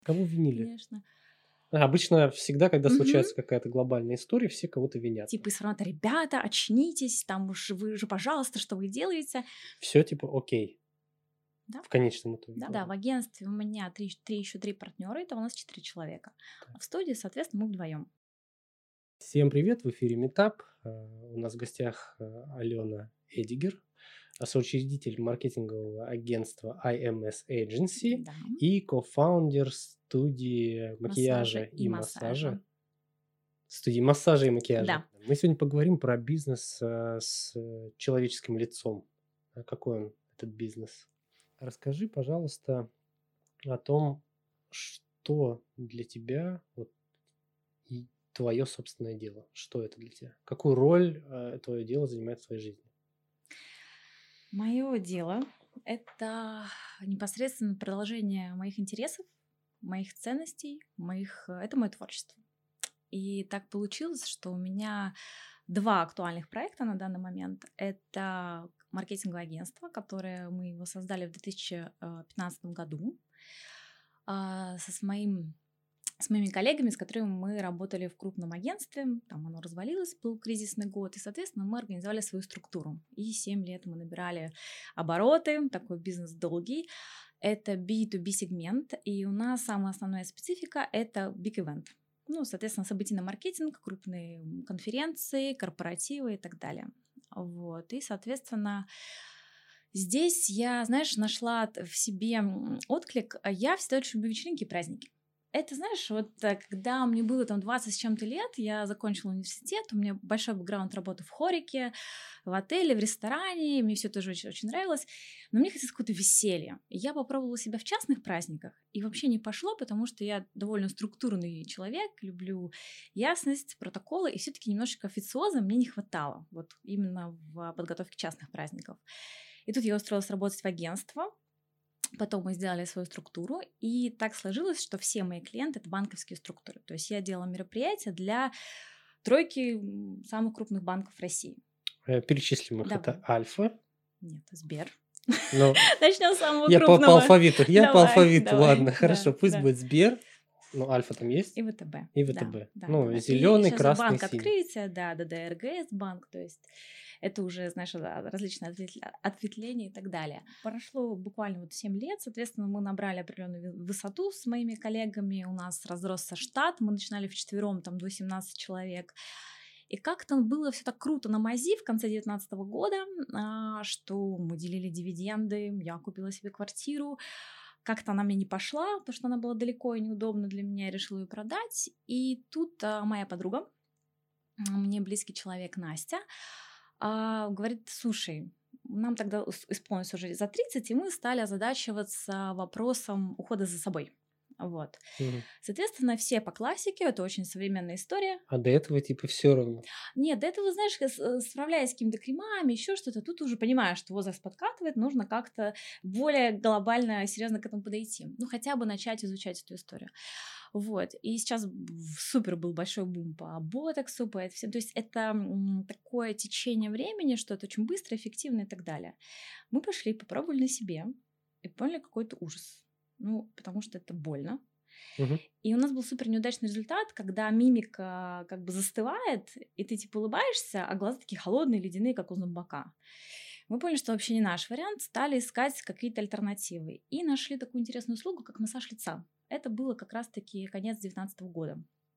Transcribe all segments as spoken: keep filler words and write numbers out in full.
Кого винили? Конечно. А, обычно всегда, когда Мгм. случается какая-то глобальная история, все кого-то винят. Типа из формата: "Ребята, очнитесь, там уж вы же, пожалуйста, что вы делаете?" Все типа окей, Да, в конечном итоге, да-да, в главное. агентстве у меня три три еще три партнера, это у нас четыре человека. А в студии, соответственно, мы вдвоем. Всем привет, в эфире Метап. Э, У нас в гостях э, Алена Эдигер, а соучредитель маркетингового агентства I M S Agency Да, и кофаундер студии массажа макияжа и и массажа. массажа, студии массажа и макияжа. Да. Мы сегодня поговорим про бизнес э, с э, человеческим лицом. А какой он, этот бизнес? Расскажи, пожалуйста, о том, что для тебя вот, и твое собственное дело. Что это для тебя? Какую роль э, твое дело занимает в твоей жизни? Мое дело — это непосредственно продолжение моих интересов, моих ценностей, моих э, это мое творчество. И так получилось, что у меня два актуальных проекта на данный момент. Это маркетинговое агентство, которое мы его создали в две тысячи пятнадцатом году, а, со с моим с моими коллегами, с которыми мы работали в крупном агентстве. Там оно развалилось, был кризисный год, и, соответственно, мы организовали свою структуру. И семь лет мы набирали обороты, такой бизнес долгий. Это би ту би сегмент, и у нас самая основная специфика — это big event. Ну, соответственно, событийный маркетинг, крупные м, конференции, корпоративы и так далее. Вот. И, соответственно, здесь я, знаешь, нашла т- в себе м, отклик. А Я всегда очень люблю вечеринки и праздники. Это, знаешь, вот э, когда мне было там двадцать с чем-то лет, я закончила университет, у меня большой бэкграунд работы в хорике, в отеле, в ресторане, и мне все тоже очень, очень нравилось, но мне хотелось какое-то веселье. И я попробовала себя в частных праздниках, и вообще не пошло, потому что я довольно структурный человек, люблю ясность, протоколы, и все-таки немножечко официоза мне не хватало, вот именно в подготовке частных праздников. И тут я устроилась работать в агентство. Потом мы сделали свою структуру, и так сложилось, что все мои клиенты — это банковские структуры. То есть я делала мероприятия для тройки м, самых крупных банков России. Э, Перечислим их. Давай. Это Альфа. Нет, Сбер. Ну, Начнем с самого я по, по крупного. алфавиту. Я по Давай, алфавиту. Ладно, давай, хорошо. да, Пусть да. будет Сбер. Ну, Альфа там И есть. ВТБ, И да, ВТБ. да, да, Ну, да. И зеленый, сейчас же красный, банк синий. открытия, да, да, да, РГС банк, то есть это уже, знаешь, да, различные ответвля- ответвления и так далее. Прошло буквально вот семь лет, соответственно, мы набрали определенную ви- высоту с моими коллегами, у нас разросся штат, мы начинали вчетвером, там, до семнадцати человек. И как-то было все так круто на мази в конце девятнадцатого года, а, что мы делили дивиденды, я купила себе квартиру, как-то она мне не пошла, потому что она была далеко и неудобна для меня, я решила ее продать. И тут а, моя подруга, м, мне близкий человек Настя, а, говорит: слушай, нам тогда ус- исполнилось уже за тридцать, и мы стали озадачиваться вопросом ухода за собой. Вот. Мгм. Соответственно, все по классике, это очень современная история. А до этого типа все равно. Нет, до этого, знаешь, с э, справляясь с какими-то кремами, еще что-то, тут уже понимаешь, что возраст подкатывает, нужно как-то более глобально, серьезно к этому подойти. Ну, хотя бы начать изучать эту историю. Вот. И сейчас б супер был большой бум по ботоксу, по это всё. То есть это, м, такое течение времени, что это очень быстро, эффективно и так далее. Мы пошли, попробовали на себе и поняли какой-то ужас. Ну, потому что это больно. Мгм. И у нас был супер неудачный результат, когда мимика как бы застывает, и ты типа улыбаешься, а глаза такие холодные, ледяные, как у зомбака. Мы поняли, что вообще не наш вариант, стали искать какие-то альтернативы. И нашли такую интересную услугу, как массаж лица. Это было как раз-таки конец девятнадцатого года.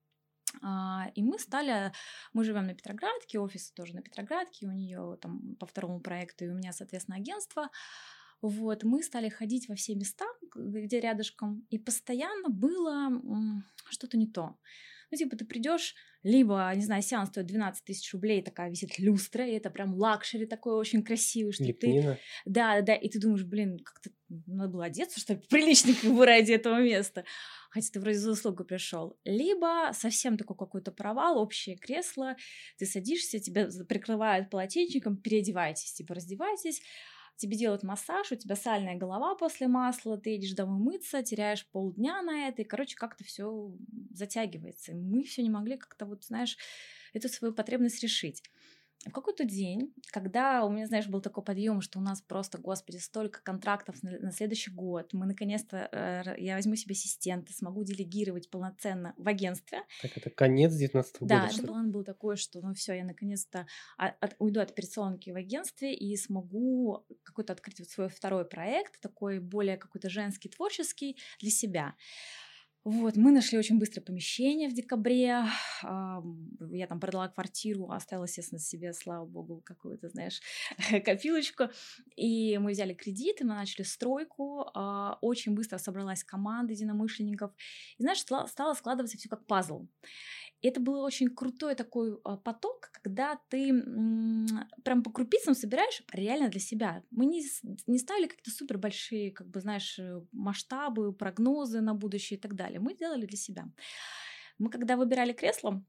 А, И мы стали, мы живем на Петроградке, офис тоже на Петроградке, у нее там по второму проекту, и у меня, соответственно, агентство. Вот, мы стали ходить во все места, г- где рядышком, и постоянно было м, что-то не то. Ну, типа, ты придешь, либо, не знаю, сеанс стоит двенадцать тысяч рублей, такая висит люстра, и это прям лакшери такой очень красивый, что ты, Лепнина. да, да, и ты думаешь, блин, как-то надо было одеться, что ли, прилично как бы ради этого места, хотя ты вроде за услугу пришел. Либо совсем такой какой-то провал, общее кресло, ты садишься, тебя за- прикрывают полотенчиком, переодевайтесь, типа, раздевайтесь, тебе делают массаж, у тебя сальная голова после масла, ты едешь домой мыться, теряешь полдня на это, и, короче, как-то все затягивается. И мы все не могли как-то, вот, знаешь, эту свою потребность решить. В какой-то день, когда у меня, знаешь, был такой подъем, что у нас просто, господи, столько контрактов на, на следующий год, мы наконец-то, э, р- я возьму себе ассистента, смогу делегировать полноценно в агентстве. Так это конец девятнадцатого года, Да, это что ли? план был такой, что ну все, я наконец-то а- от- уйду от операционки в агентстве и смогу какой-то открыть вот свой второй проект, такой более какой-то женский, творческий для себя. Вот, мы нашли очень быстро помещение в декабре. ам, Я там продала квартиру, оставила, естественно, себе, слава богу, какую-то, знаешь, копилочку. И мы взяли кредит, и мы начали стройку. а, Очень быстро собралась команда единомышленников. И, знаешь, стало стало складываться все как пазл. И это был очень крутой такой а, поток, когда ты м, прям по крупицам собираешь реально для себя. Мы не, с- не ставили какие-то супер большие, как бы, знаешь, э, масштабы, прогнозы на будущее и так далее. Мы делали для себя. Мы когда выбирали кресло,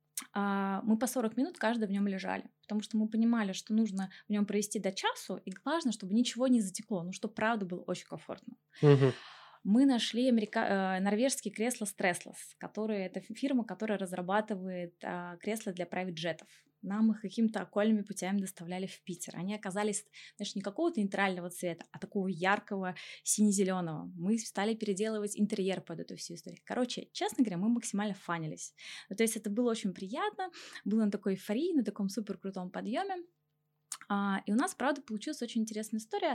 а, мы по сорок минут каждый в нем лежали, потому что мы понимали, что нужно в нем провести до часу, и важно, чтобы ничего не затекло, ну, чтобы правда было очень комфортно. Мгм. Мы нашли америка... э, норвежские кресла Stressless, которые это фи- фирма, которая разрабатывает а, кресла для private джетов. Нам их какими-то окольными путями доставляли в Питер. Они оказались, знаешь, не какого-то нейтрального цвета, а такого яркого сине-зеленого. Мы стали переделывать интерьер под эту всю историю. Короче, честно говоря, мы максимально фанились. Ну, то есть это было очень приятно, было на такой эйфории, на таком супер крутом подъеме. А, и у нас, правда, получилась очень интересная история,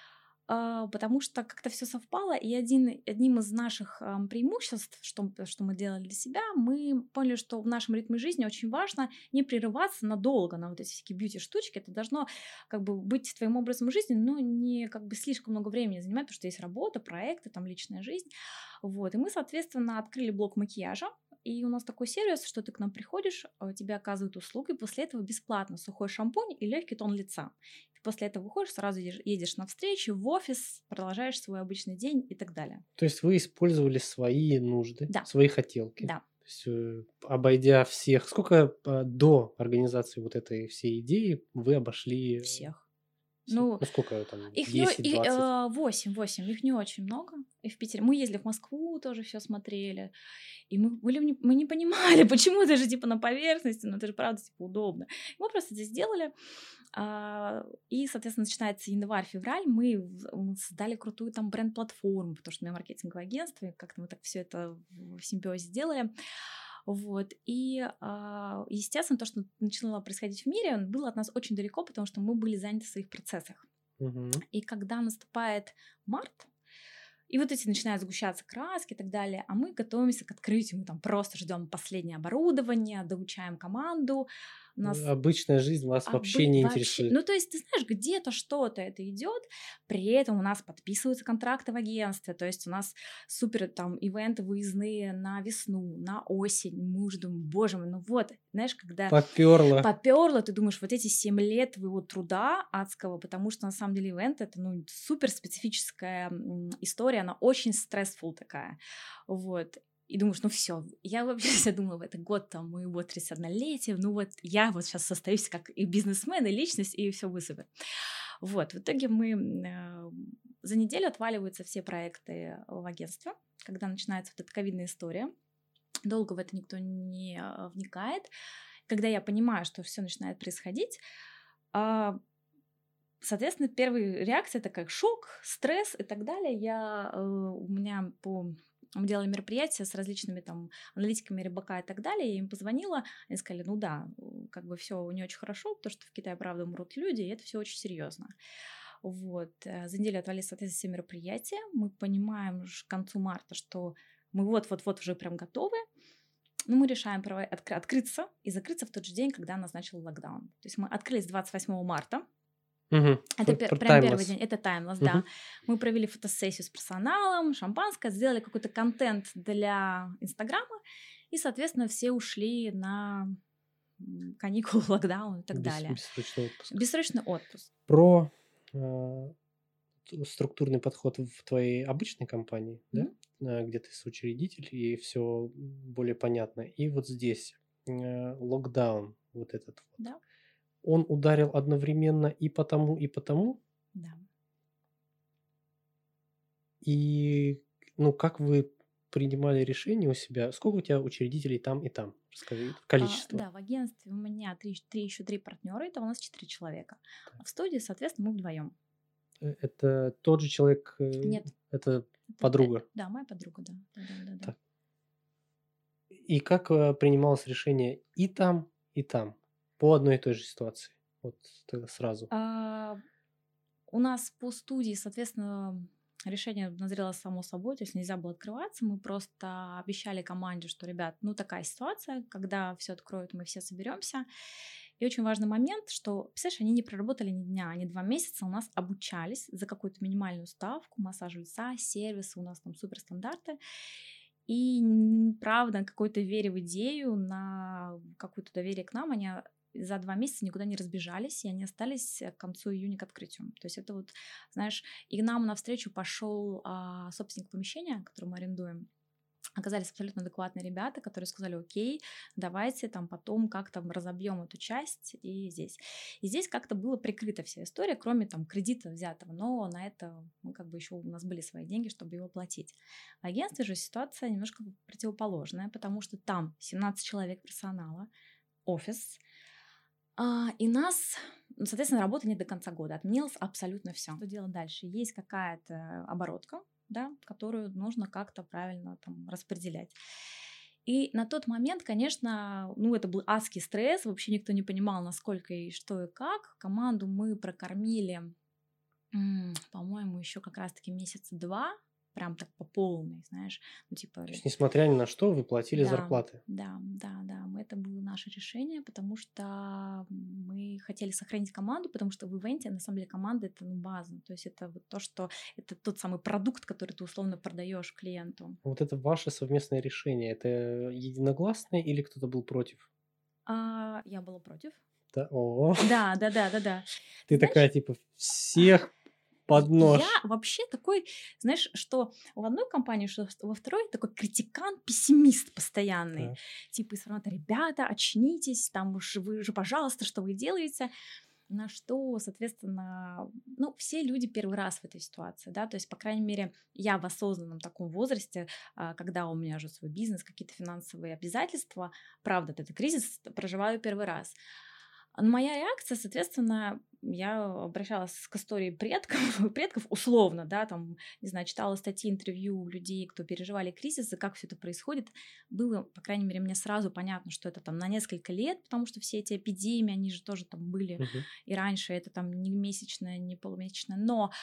а, потому что как-то все совпало, и один, одним из наших ам, преимуществ, что, м- что мы делали для себя, мы поняли, что в нашем ритме жизни очень важно не прерываться надолго на вот эти всякие бьюти-штучки. Это должно как бы быть твоим образом жизни, но не как бы слишком много времени занимать, потому что есть работа, проекты, там личная жизнь. Вот. И мы, соответственно, открыли блок макияжа, и у нас такой сервис, что ты к нам приходишь, а, тебе оказывают услуги, после этого бесплатно сухой шампунь и легкий тон лица. Ты после этого выходишь, сразу едешь, едешь на встречу, в офис, продолжаешь свой обычный день и так далее. То есть вы использовали свои нужды, Да, свои хотелки. да, То есть, э, обойдя всех, сколько а, до организации вот этой всей идеи вы обошли э, всех. всех? Ну, Ну сколько там, их не, десять, и, двадцать? э, восемь, восемь, их не очень много. И в Питере. Мы ездили в Москву, тоже все смотрели. И мы были, в не- мы не понимали, почему это же типа на поверхности, но это же правда типа удобно. Мы просто это сделали. а, И, соответственно, начинается январь-февраль, мы, в- мы создали крутую там бренд-платформу, потому что у меня маркетинговое агентство, и как-то мы так все это в симбиозе сделали. Вот. И, а, естественно, то, что начало происходить в мире, было от нас очень далеко, потому что мы были заняты в своих процессах. Мгм. И когда наступает март, и вот эти начинают сгущаться краски и так далее, а мы готовимся к открытию, мы там просто ждем последнее оборудование, доучаем команду, у Э, нас Обычная жизнь вас вообще обы- не вообще, ну интересует. то есть ты знаешь, где-то что-то это идет, при этом у нас подписываются контракты в агентстве, то есть у нас супер там ивенты выездные на весну, на осень, мы уже думаем, боже мой, ну вот, знаешь, когда Поперло. попёрло, ты думаешь, вот эти семь лет твоего труда адского, потому что на самом деле ивент это ну супер специфическая м, история, она очень стрессфул такая, вот. И думаешь, ну все, я вообще себя думала, в этот год там моего тридцатиоднолетия, ну вот я вот сейчас состоюсь как и бизнесмен, и личность, и все будет супер. Вот, в итоге мы м, э, за неделю отваливаются все проекты в агентстве, когда начинается вот эта ковидная история. Долго в это никто не а, вникает. Когда я понимаю, что все начинает происходить, а, соответственно, первая реакция такая шок, стресс и так далее. Я, э, у меня по мы делали мероприятия с различными там аналитиками Рыбака и так далее. Я им позвонила, они сказали, ну да, э, как бы все не очень хорошо, потому что в Китае, правда, умрут люди, и это все очень серьезно. Вот. э, За неделю отвалились, соответственно, все мероприятия. Мы понимаем ж к концу марта, что мы вот-вот-вот уже прям готовы. Но мы решаем прово- откры- открыться и закрыться в тот же день, когда назначил локдаун. То есть мы открылись двадцать восьмого марта. Мгм. Это П- пер- Про прям первый таймлесс. день, это таймлесс, да. Мгм. Мы провели фотосессию с персоналом, шампанское, сделали какой-то контент для Инстаграма, и, соответственно, все ушли на м, каникулы, локдаун и так Без- далее. бессрочный отпуск. Бессрочный отпуск. Про а, т- структурный подход в твоей обычной компании, да, Мгм. а, где ты соучредитель и все более понятно. И вот здесь э, локдаун, вот этот вот, Да, он ударил одновременно и потому, и потому. да. И, ну, как вы принимали решения у себя? Сколько у тебя учредителей там и там? Расскажи А, количество. да, в агентстве у меня три, три еще три партнера, это у нас четыре человека. Так. А в студии, соответственно, мы вдвоем. Э, Это тот же человек, э, Нет, это это, э, подруга. да, моя подруга, да, да, да, да, да. Так. И как э, принималось решение и там, и там по одной и той же ситуации? Вот тогда сразу. А, у нас по студии, соответственно, решение назрело само собой, то есть нельзя было открываться. Мы просто обещали команде, что, ребят, ну такая ситуация, когда все откроют, мы все соберемся. И очень важный момент, что, представляешь, они не проработали ни дня, они два месяца у нас обучались за какую-то минимальную ставку, массаж лица, сервисы, у нас там суперстандарты. И н- правда, на какой-то вере в идею, на какое-то доверие к нам, они за два месяца никуда не разбежались, и они остались к концу июня к открытию. То есть это вот, знаешь, и к нам навстречу пошел а, собственник помещения, который мы арендуем. Оказались абсолютно адекватные ребята, которые сказали: окей, давайте там потом как-то разобьем эту часть и здесь. И здесь как-то было прикрыта вся история, кроме там кредита взятого, но на это мы как бы еще у нас были свои деньги, чтобы его платить. В агентстве же ситуация немножко противоположная, потому что там семнадцать человек персонала, офис, а, и нас, ну, соответственно, работа не до конца года. Отменилось абсолютно все. Что делать дальше? Есть какая-то оборотка, да, которую нужно как-то правильно там распределять. И на тот момент, конечно, ну, это был адский стресс, вообще никто не понимал, насколько и что и как. Команду мы прокормили, м, по-моему, еще как раз-таки месяца два, прям так по полной, знаешь, ну, типа, То есть, несмотря ни на что, вы платили да, зарплаты. да, да, да, мы- это было наше решение, потому что мы хотели сохранить команду, потому что в ивенте, на самом деле, команда — это, ну, база, то есть это вот то, что это тот самый продукт, который ты условно продаешь клиенту. Вот это ваше совместное решение. Это единогласное или кто-то был против? А я была против. Да? О, Да, да, да, да, да. ты Знаешь, такая типа всех под и- я нож. вообще такой, знаешь, что в одной компании, что в- во второй такой критикан, пессимист постоянный. Так. Типа из формата: ребята, очнитесь, там уж вы же, пожалуйста, что вы делаете? На что, соответственно, ну, все люди первый раз в этой ситуации, да, то есть, по крайней мере, я в осознанном таком возрасте, а, когда у меня уже свой бизнес, какие-то финансовые обязательства, правда, этот кризис проживаю первый раз. А моя реакция, соответственно, я обращалась к истории предков, предков условно, да, там, не знаю, читала статьи, интервью людей, кто переживали кризисы, как все это происходит. Было, по крайней мере, мне сразу понятно, что это там на несколько лет, потому что все эти эпидемии, они же тоже там были Мгм. и раньше, это там не месячное, не полумесячное, но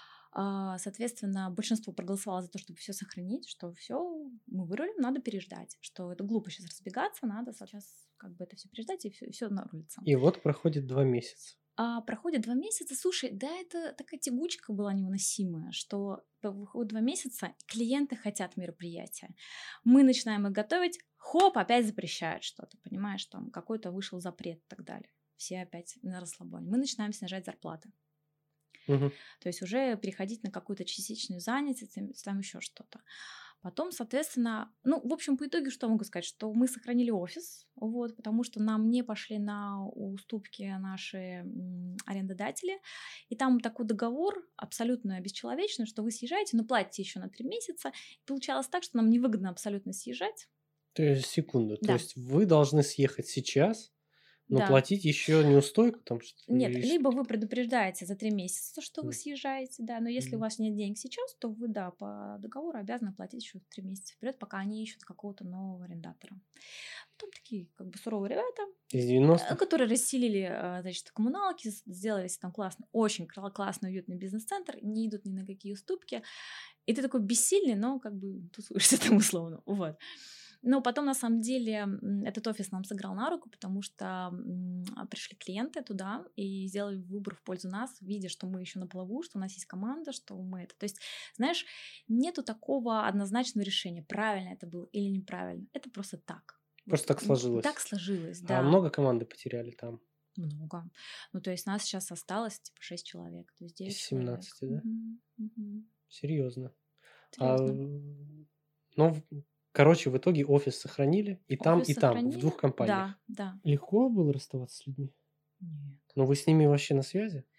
а, соответственно, большинство проголосовало за то, чтобы все сохранить, что все, мы вырулим, надо переждать, что это глупо сейчас разбегаться, надо сейчас как бы это все переждать, и все, все нарулится. И вот проходит два месяца. А проходит два месяца, слушай, да, это такая тягучка была невыносимая, что п- выходит два месяца, клиенты хотят мероприятия. Мы начинаем их готовить, хоп, опять запрещают что-то, понимаешь, там какой-то вышел запрет и так далее. Все опять на расслабоне. Мы начинаем снижать зарплаты. Мгм. То есть уже переходить на какую-то частичную занятость, там там еще что-то. Потом, соответственно, ну, в общем, по итогу что могу сказать, что мы сохранили офис, вот, потому что нам не пошли на уступки наши м, арендодатели, и там такой договор абсолютно бесчеловечный, что вы съезжаете, но платите еще на три месяца. И получалось так, что нам невыгодно абсолютно съезжать. То есть, секунду. То Да, есть вы должны съехать сейчас, но да. платить еще неустойку там что Нет, или либо что? вы предупреждаете за три месяца, что вы М, съезжаете, да, но если у мгм. вас нет денег сейчас, то вы, да, по договору обязаны платить еще три месяца вперед, пока они ищут какого-то нового арендатора. Потом такие как бы суровые ребята, Из э, девяностых? которые расселили, а, значит, коммуналки, с- сделали себе там классно, очень кра- классный, уютный бизнес-центр, не идут ни на какие уступки. И ты такой бессильный, но как бы тусуешься там условно. Вот. Но потом, на самом деле, м, этот офис нам сыграл на руку, потому что м, а, пришли клиенты туда и сделали выбор в пользу нас, видя, что мы еще на плаву, что у нас есть команда, что мы это. То есть, знаешь, нету такого однозначного решения, правильно это было или неправильно. Это просто так. Вот, Просто так м, так сложилось. сложилось, А да, много команды потеряли там? много. Ну, то есть нас сейчас осталось типа шесть человек, то есть Из девять человек. семнадцати, да? Мгм, мгм. Серьезно. А, Серьезно. м, ну, в короче, в итоге офис сохранили и там, Офис и там, в сохранили? двух компаниях. Да, да. Легко было расставаться с людьми? Нет. Но вы с ними вообще на связи?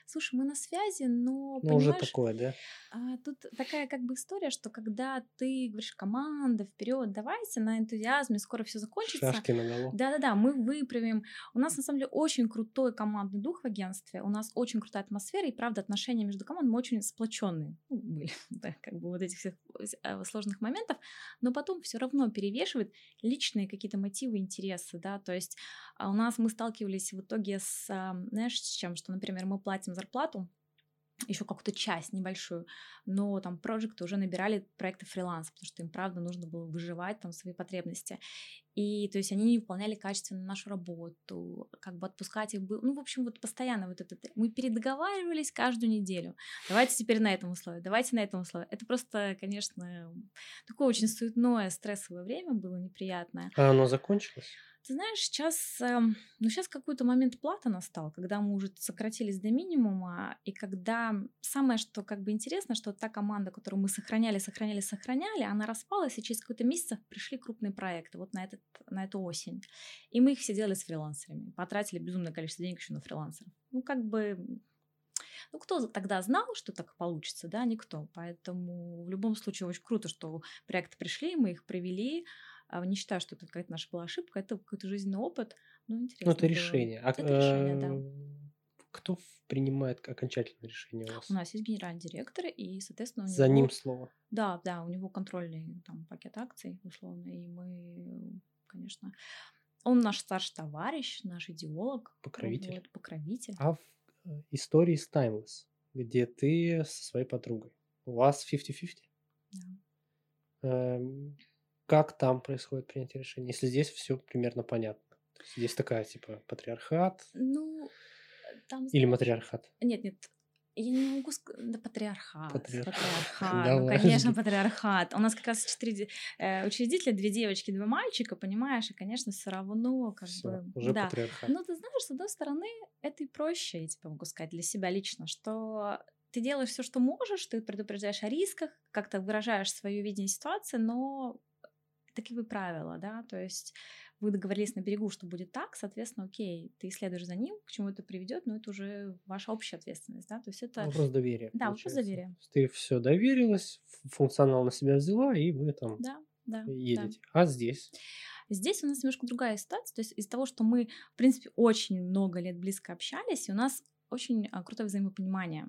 Слушай, мы на связи, но, Ну, уже понимаешь, такое, да? а, тут такая как бы история, что когда ты говоришь: "Команда, вперед, давайте на энтузиазме, скоро все закончится". Шашки наголо. Да-да-да, мы выправим. У нас на самом деле очень крутой командный дух в агентстве, у нас очень крутая атмосфера, и правда отношения между командами мы очень сплоченные. Ну, были, да, как бы вот этих всех э, сложных моментов, но потом все равно перевешивает личные какие-то мотивы, интересы, да, то есть а, у нас мы сталкивались в итоге с, а, знаешь, с чем, что, например, мы платим зарплату, еще какую-то часть небольшую, но там проекты уже набирали проекты фриланс, потому что им, правда, нужно было выживать там свои потребности. И, то есть, они не выполняли качественно нашу работу, как бы отпускать их было. Ну, в общем, вот постоянно вот это. Мы передоговаривались каждую неделю. Давайте теперь на этом условии, давайте на этом условии. Это просто, конечно, такое очень суетное, стрессовое время было неприятное. А оно закончилось? Ты знаешь, сейчас, эм, ну, сейчас какой-то момент плата настал, когда мы уже сократились до минимума, и когда самое, что как бы интересно, что та команда, которую мы сохраняли, сохраняли, сохраняли, она распалась, и через какой-то месяц пришли крупные проекты вот на, этот, на эту осень. И мы их все делали с фрилансерами, потратили безумное количество денег еще на фрилансеров. Ну, как бы, ну, кто тогда знал, что так получится, да, никто. Поэтому в любом случае очень круто, что проекты пришли, мы их провели. А, Не считаю, что это какая-то наша была ошибка, это какой-то жизненный опыт. Ну, Ну, интересно это было. решение. А Это решение, да. э, кто в- принимает окончательное решение у У вас? нас есть генеральный директор, и, соответственно, у За него... ним слово. Да, да, у него контрольный там пакет акций, условно, и мы, конечно... Он наш старший товарищ, наш идеолог, Покровитель. вот, покровитель. А в э, истории с Timeless, где ты со своей подругой, у вас пятьдесят на пятьдесят? Да. Эм, Как там происходит принятие решений, если здесь все примерно понятно? То есть здесь такая, типа, патриархат Ну, там, или знаешь... матриархат? Нет, нет, я не могу сказать... Да, патриархат. Патриархат. Патриархат. Ну, Давай, конечно, жги. патриархат. У нас как раз четыре де- э, учредителя, две девочки, два мальчика, понимаешь? И, конечно, все равно как Все, бы... уже Да. патриархат. Но ты знаешь, с одной стороны, это и проще, я тебе могу сказать, для себя лично, что ты делаешь все, что можешь, ты предупреждаешь о рисках, как-то выражаешь свое видение ситуации, но таковы правила, да, то есть вы договорились на берегу, что будет так, соответственно, окей, ты следуешь за ним, к чему это приведет, но это уже ваша общая ответственность, да, то есть это, Вопрос доверия, да, вопрос получается. доверия, То есть ты все доверилась, ф- функционал на себя взяла, и вы там да, да, да. едете. А здесь? Здесь у нас немножко другая ситуация, то есть из-за того, что мы, в принципе, очень много лет близко общались, и у нас очень а, крутое взаимопонимание.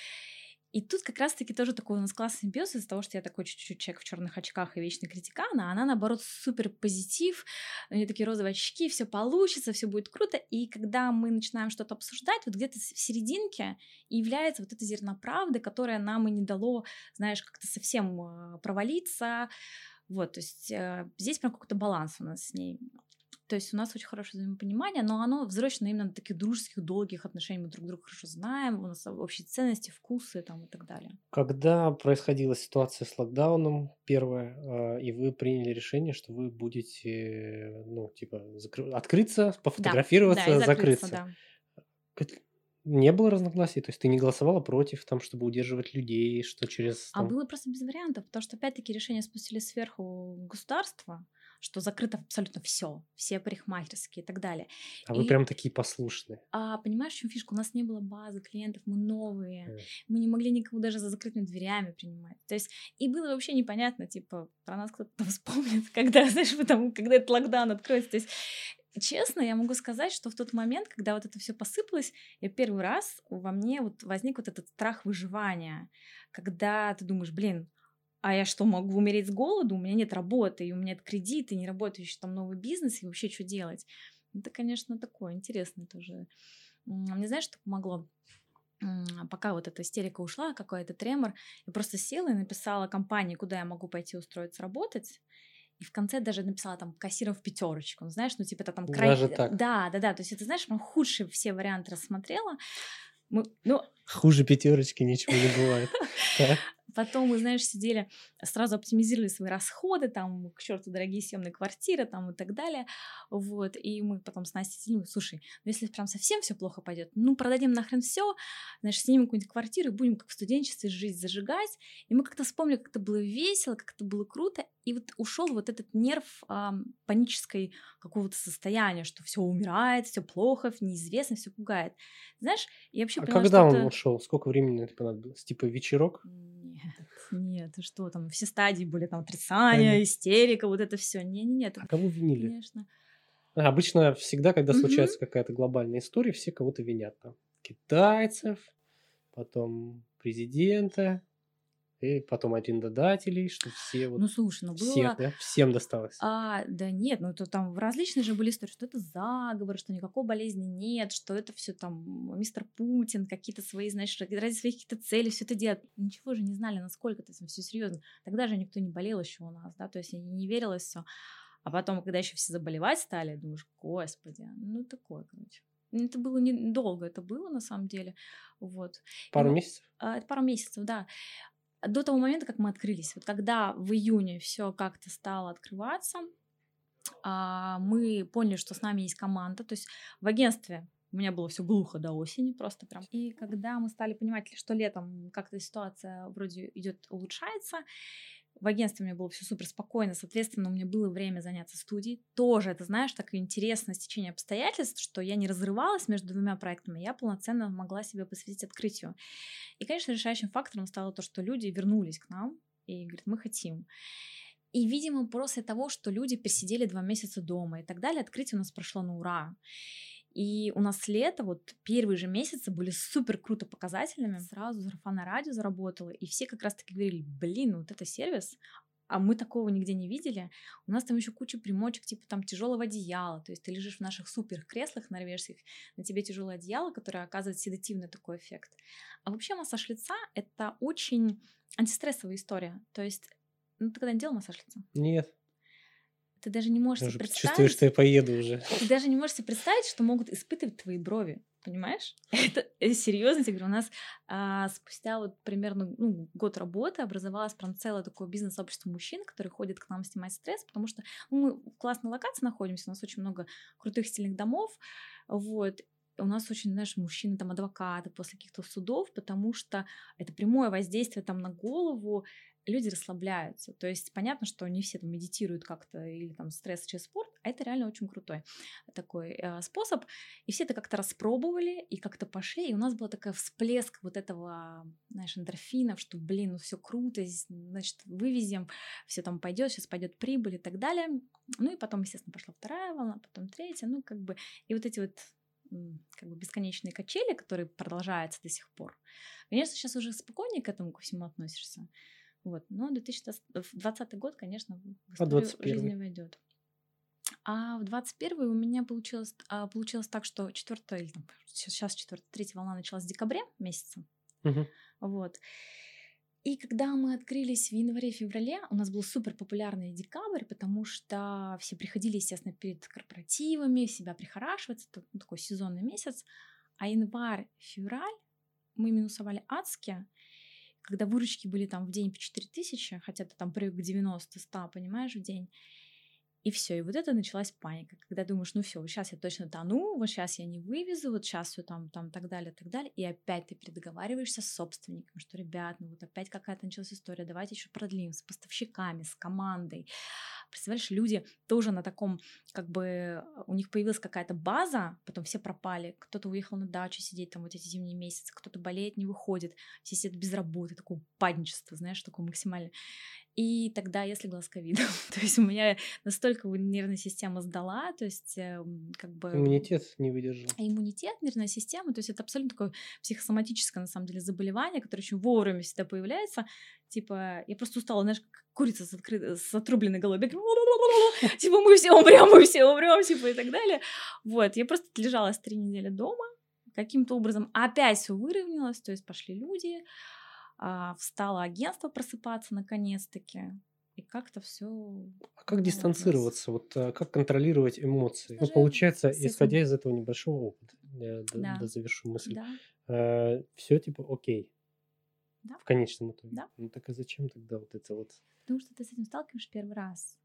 И тут как раз-таки тоже такой у нас классный симбиоз из-за того, что я такой чуть-чуть человек в черных очках и вечный критикан, а она, наоборот, супер позитив, у нее такие розовые очки, все получится, все будет круто. И когда мы начинаем что-то обсуждать, вот где-то в серединке и является вот это зерно правды, которое нам и не дало, знаешь, как-то совсем э, провалиться. Вот, то есть э, здесь прям какой-то баланс у нас с ней. То есть у нас очень хорошее взаимопонимание, но оно взросшено именно на таких дружеских, долгих отношениях. Мы друг друга хорошо знаем, у нас общие ценности, вкусы там, и так далее. Когда происходила ситуация с локдауном первая, а, и вы приняли решение, что вы будете, ну, типа, закры- открыться, Да, да, и пофотографироваться, закрыться, закрыться. да. Как- Не было разногласий? То есть ты не голосовала против, там, чтобы удерживать людей, что через А там... было просто без вариантов, потому что опять-таки решение спустили сверху государства, что закрыто абсолютно все, все парикмахерские и так далее. А вы И прям такие послушные. а, понимаешь, в чем фишка? У нас не было базы клиентов, мы новые, М. мы не могли никого даже за закрытыми дверями принимать. То есть и было вообще непонятно, типа, про нас кто-то там вспомнит, когда, знаешь, потому, когда этот локдаун откроется. То есть, честно, я могу сказать, что в тот момент, когда вот это все посыпалось, я первый раз во мне вот возник вот этот страх выживания, когда ты думаешь, блин, а я что, могу умереть с голоду? У меня нет работы, и у меня нет кредита, и не работающий там новый бизнес, и вообще что делать? Это, конечно, такое интересное тоже. М, Мне знаешь, что помогло? М, Пока вот эта истерика ушла, какой-то тремор, я просто села и написала компании, куда я могу пойти устроиться работать. И в конце даже написала там кассиром в пятерочку. Ну, знаешь, ну, типа, это там край... Даже так. Да, да, да. То есть это, знаешь, прям худшие все варианты рассмотрела. Мы... Ну, Хуже пятерочки ничего не бывает. Так. Потом мы, знаешь, сидели, сразу оптимизировали свои расходы, там, к черту, дорогие съемные квартиры, там, и так далее. Вот, и мы потом с Настей сидели, слушай, ну, если прям совсем все плохо пойдет, ну, продадим нахрен все, знаешь, снимем какую-нибудь квартиру и будем как в студенчестве жизнь зажигать. И мы как-то вспомнили, как это было весело, как это было круто, и вот ушел вот этот нерв а, панической какого-то состояния, что все умирает, все плохо, неизвестно, все пугает. Знаешь, я вообще А поняла, что когда он это... ушел? Сколько времени на это понадобилось? Типа вечерок? Нет, нет, ты что там, все стадии были, там, Понятно. отрицание, истерика, вот это все. Не-не-не, А кого винили? конечно. А, Обычно всегда, когда Мгм. случается какая-то глобальная история, все кого-то винят. Там китайцев, потом президента, и потом арендодателей, что все вот Ну, слушай, ну всех, было... да, всем досталось. А, да нет, ну это там различные же были истории, что это заговор, что никакой болезни нет, что это все там мистер Путин, какие-то свои, знаешь, ради своих каких-то целей все это делает. Ничего же не знали, насколько это все серьезно. Тогда же никто не болел еще у нас, да, то есть не верилось все. А потом, когда еще все заболевать стали, думаешь, господи, ну такое, короче. Ну, это было недолго, это было на самом деле, вот. И Пару мы- месяцев? а, это пару месяцев, да. До того момента, как мы открылись. Вот когда в июне все как-то стало открываться, а, мы поняли, что с нами есть команда. То есть в агентстве у меня было все глухо до осени, просто прям. И когда мы стали понимать, что летом как-то ситуация вроде идет улучшается, в агентстве у меня было все супер спокойно, соответственно, у меня было время заняться студией. Тоже это, знаешь, такое интересное стечение обстоятельств, что я не разрывалась между двумя проектами, я полноценно могла себя посвятить открытию. И, конечно, решающим фактором стало то, что люди вернулись к нам и говорят, мы хотим. И, видимо, после того, что люди пересидели два месяца дома и так далее, открытие у нас прошло на ура. И у нас лето, вот первые же месяцы были супер круто показательными. Сразу сарафанное радио заработало, и все как раз-таки говорили, блин, вот это сервис, а мы такого нигде не видели. У нас там еще куча примочек, типа там тяжелого одеяла, то есть ты лежишь в наших супер креслах норвежских, на тебе тяжелое одеяло, которое оказывает седативный такой эффект. А вообще массаж лица — это очень антистрессовая история, то есть, ну ты когда-нибудь делал массаж лица? Нет. Ты даже не можешь Я себе уже чувствую, что представить, я поеду уже. ты даже не можешь себе представить, что могут испытывать твои брови, понимаешь? Это, э, серьезно тебе говорю, у нас а, спустя вот примерно ну, год работы образовалось прям целое такое бизнес-сообщество мужчин, которые ходят к нам снимать стресс, потому что ну, мы в классной локации находимся, у нас очень много крутых стильных домов, вот, у нас очень, знаешь, мужчины там адвокаты после каких-то судов, потому что это прямое воздействие там на голову, люди расслабляются. То есть понятно, что не все там медитируют как-то или там стресс через спорт, а это реально очень крутой такой э, способ. И все это как-то распробовали и как-то пошли, и у нас был такой всплеск вот этого, знаешь, эндорфинов, что, блин, ну все круто, здесь, значит, вывезем, все там пойдет, сейчас пойдет прибыль и так далее. Ну и потом, естественно, пошла вторая волна, потом третья, ну как бы, и вот эти вот м, как бы бесконечные качели, которые продолжаются до сих пор. Конечно, сейчас уже спокойнее к этому ко всему относишься. Вот. Но две тысячи двадцатый год, конечно, в А историю двадцать жизни первый? войдет. А в двадцать первый у меня получилось, а, получилось так, что четвертая, или там, сейчас четвертая, третья волна началась в декабре месяце. Мгм. Вот. И когда мы открылись в январе-феврале, у нас был супер популярный декабрь, потому что все приходили, естественно, перед корпоративами, себя прихорашиваться, это ну, такой сезонный месяц. А январь-февраль мы минусовали адски, когда выручки были там в день по четыре тысячи, хотя ты там привык к девяносто-сто, понимаешь, в день. И все, и вот это началась паника, когда думаешь, ну все, вот сейчас я точно тону, вот сейчас я не вывезу, вот сейчас все там, там, так далее, так далее. И опять ты переговариваешься с собственником, что, ребят, ну вот опять какая-то началась история, давайте еще продлим с поставщиками, с командой. Представляешь, люди тоже на таком, как бы, у них появилась какая-то база, потом все пропали, кто-то уехал на дачу сидеть там вот эти зимние месяцы, кто-то болеет, не выходит, все сидят без работы, такое упадничество, знаешь, такое максимально. И тогда я слегла с ковидом. То есть у меня настолько вот нервная система сдала, то есть эм, как бы Иммунитет не выдержал. иммунитет, нервная система, то есть это абсолютно такое психосоматическое, на самом деле, заболевание, которое очень вовремя всегда появляется. Типа, я просто устала, знаешь, как курица с, откры- с отрубленной головой. Бегаю, типа, мы все умрем, мы все умрем, типа, и так далее. Вот, я просто отлежалась три недели дома, каким-то образом опять все выровнялось, то есть пошли люди, а, встало агентство просыпаться наконец-таки, и как-то все А как наладилось. дистанцироваться? Вот а, как контролировать эмоции? Ну, Даже получается, с исходя этим, из этого небольшого опыта, я д- да, дозавершу мысль, да. все типа окей. Да. В конечном итоге. Да. Ну так и зачем тогда вот это вот? Потому что ты с этим сталкиваешься первый раз.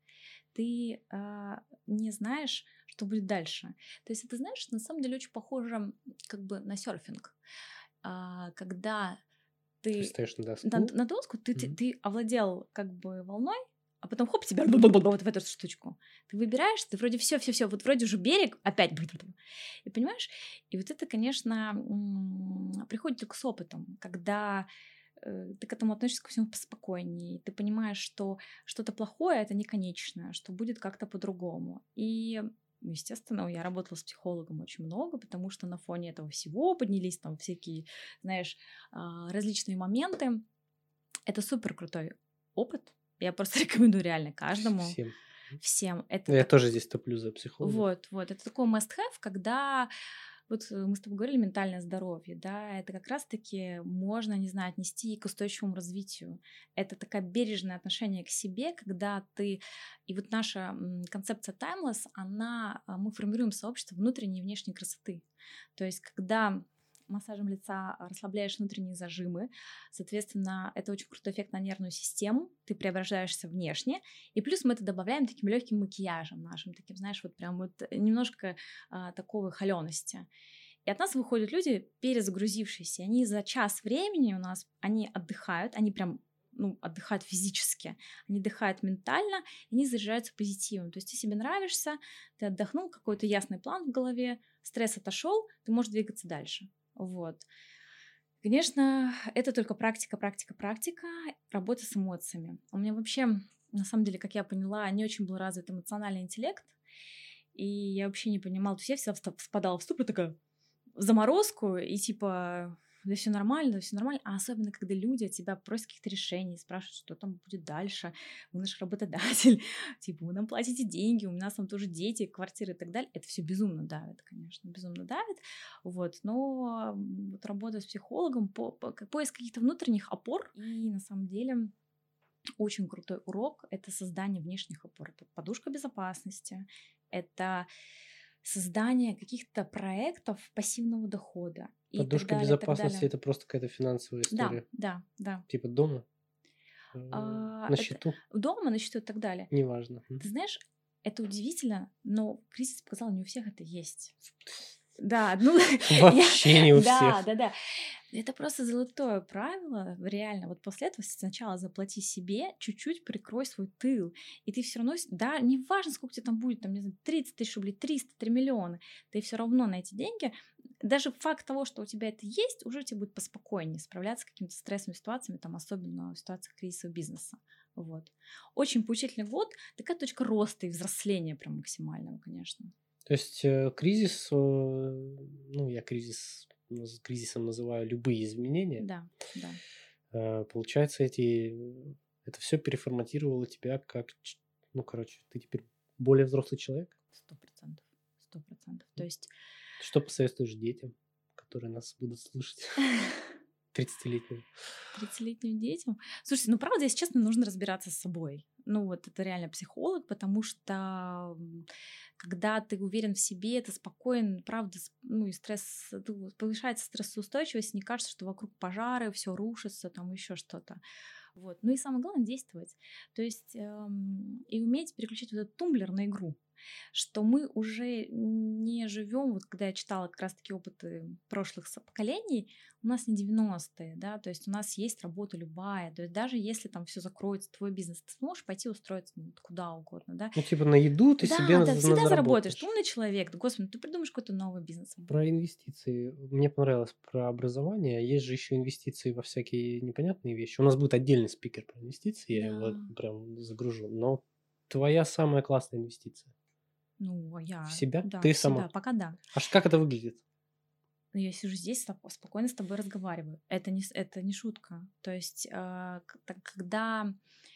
Ты а, не знаешь, что будет дальше. То есть это, знаешь, на самом деле очень похоже как бы на серфинг. А, когда Ты ты встаешь на на, доску. на доску, ты, ты, Мгм. ты овладел как бы волной, а потом хоп, тебя вот в эту штучку. Ты выбираешь, ты вроде все, все, все, вот вроде уже берег, опять. И понимаешь? И вот это, конечно, м, приходит только с опытом, когда э, ты к этому относишься ко всему поспокойнее, ты понимаешь, что что-то плохое — это не конечное, что будет как-то по-другому. И естественно, я работала с психологом очень много, потому что на фоне этого всего поднялись там всякие, знаешь, а, различные моменты. Это супер крутой опыт. Я просто рекомендую реально каждому, Всем. всем. Это Я так- тоже здесь топлю за психологов. Вот, вот. Это такой must-have, когда вот э, мы с тобой говорили ментальное здоровье, да, это как раз-таки можно, не знаю, отнести к устойчивому развитию. Это такое бережное отношение к себе, когда ты... И вот наша м, концепция Timeless, она... а, мы формируем сообщество внутренней и внешней красоты. То есть когда массажем лица расслабляешь внутренние зажимы, соответственно, это очень крутой эффект на нервную систему, ты преображаешься внешне, и плюс мы это добавляем таким легким макияжем нашим, таким, знаешь, вот прям вот немножко а, такого холености. И от нас выходят люди перезагрузившиеся, они за час времени у нас, они отдыхают, они прям ну, отдыхают физически, они отдыхают ментально, и они заряжаются позитивом. То есть ты себе нравишься, ты отдохнул, какой-то ясный план в голове, стресс отошел, ты можешь двигаться дальше. Вот. Конечно, это только практика, практика, практика, работа с эмоциями. У меня вообще, на самом деле, как я поняла, не очень был развит эмоциональный интеллект, и я вообще не понимала, то есть я всегда впадала в ступор, такая в заморозку, и типа, да все нормально, да все нормально, а особенно, когда люди от тебя просят каких-то решений, спрашивают, что там будет дальше, вы наш работодатель, типа, вы нам платите деньги, у нас там тоже дети, квартиры и так далее, это все безумно давит, конечно, безумно давит, вот, но вот работа с психологом, по, по, поиск каких-то внутренних опор, и на самом деле очень крутой урок — это создание внешних опор, это подушка безопасности, это создание каких-то проектов пассивного дохода и так Подушка далее, так безопасности — далее. это просто какая-то финансовая Да, история. да, да. Типа дома, э, А, на это счету, дома, на счету и так далее. неважно. Ты Мгм. знаешь, это удивительно, но кризис показал, не у всех это есть. Да, ну, я... Вообще не у Да, всех. да, да. Это просто золотое правило, реально. Вот после этого сначала заплати себе, чуть-чуть прикрой свой тыл. И ты все равно, с- да, неважно, сколько тебе там будет, там, не знаю, тридцать тысяч рублей, триста, три миллиона, ты все равно на эти деньги, даже факт того, что у тебя это есть, уже тебе будет поспокойнее справляться с какими-то стрессовыми ситуациями, там, особенно в ситуациях кризиса бизнеса. Вот. Очень поучительный год, такая точка роста и взросления прям максимального, конечно. То есть э, кризис, э, ну я кризис, наз- кризисом называю любые изменения. Да, да. Э, Получается, эти, э, это все переформатировало тебя как, ч- ну короче, ты теперь более взрослый человек. Сто процентов. Сто процентов. То есть Что посоветуешь детям, которые нас будут слушать, тридцатилетним? тридцатилетним детям. Слушайте, ну правда, если честно, нужно разбираться с собой. Ну вот это реально психолог, потому что м, когда ты уверен в себе, ты спокоен, правда, с- ну и стресс, ну, повышается стрессоустойчивость, не кажется, что вокруг пожары, все рушится, там еще что-то. Вот. Ну и самое главное — действовать. То есть эм, и уметь переключить вот этот тумблер на игру, что мы уже не живем, вот когда я читала как раз-таки опыты прошлых со- поколений, у нас не девяностые, да, то есть у нас есть работа любая, то есть даже если там все закроется, твой бизнес, ты сможешь пойти устроиться ну, вот куда угодно, да. Ну типа на еду ты себе Да, на- да, на- всегда заработаешь, ты заработаешь. умный человек, да, господи, ну ты придумаешь какой-то новый бизнес. Про инвестиции. Мне понравилось про образование. Есть же еще инвестиции во всякие непонятные вещи. У нас будет отдельный спикер про инвестиции, я его Да, прям загружу. Но твоя самая классная инвестиция ну, а в я, себя? да, Ты в себя, сама. пока да. А ш- как это выглядит? Но я сижу здесь, споко- спокойно с тобой разговариваю. Это не, с- это не шутка. То есть, а, к- так, когда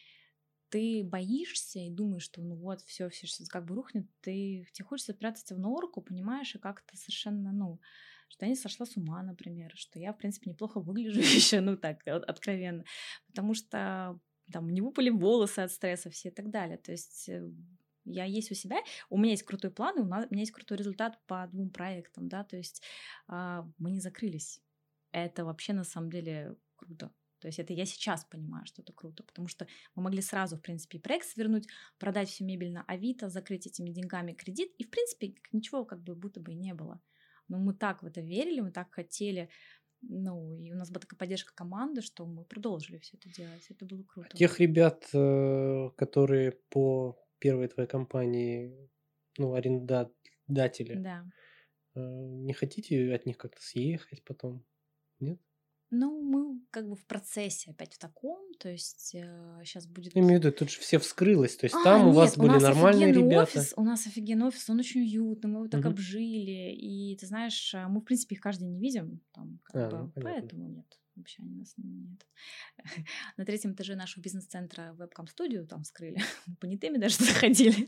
ты боишься и думаешь, что ну вот, все, все как бы рухнет, ты, тебе хочется спрятаться в норку, понимаешь, и как-то совершенно, ну, что я не сошла с ума, например, что я, в принципе, неплохо выгляжу еще, ну так, от- откровенно, потому что там не выпали волосы от стресса все и так далее. То есть э, я есть у себя, у меня есть крутой план, и у на- у меня есть крутой результат по двум проектам, да, то есть а, мы не закрылись. Это вообще на самом деле круто. То есть это я сейчас понимаю, что это круто, потому что мы могли сразу, в принципе, и проект свернуть, продать всю мебель на Авито, закрыть этими деньгами кредит, и, в принципе, ничего как бы будто бы и не было. Но мы так в это верили, мы так хотели, ну, и у нас была такая поддержка команды, что мы продолжили все это делать, это было А круто. тех ребят, э, которые по первой твоей компании, ну, арендодатели, Да. э, не хотите от них как-то съехать потом? Нет? Ну, мы как бы в процессе опять в таком, то есть сейчас будет... Я имею в виду, тут же все вскрылось, то есть А, там у вас нет, у были нас нормальные офигенный ребята. офис, у нас офигенный офис, он очень уютный, мы его так Мгм. обжили, и ты знаешь, а, мы, в принципе, их каждый день не видим, там, как А, бы, ну понятно. поэтому нет, вообще они нас не- нет. На третьем этаже нашего бизнес-центра вебкам-студию там вскрыли, мы понятыми даже заходили,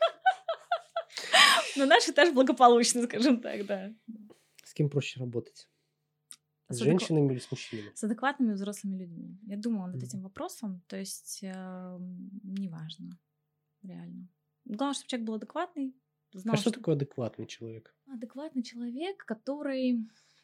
но наш этаж благополучный, скажем так, да. С кем проще работать? С С адеква- женщинами или с мужчинами? С адекватными взрослыми людьми. Я думала над Мгм. этим вопросом, то есть эм, неважно, реально. Главное, чтобы человек был адекватный, А знал, что что такое адекватный человек? адекватный человек, который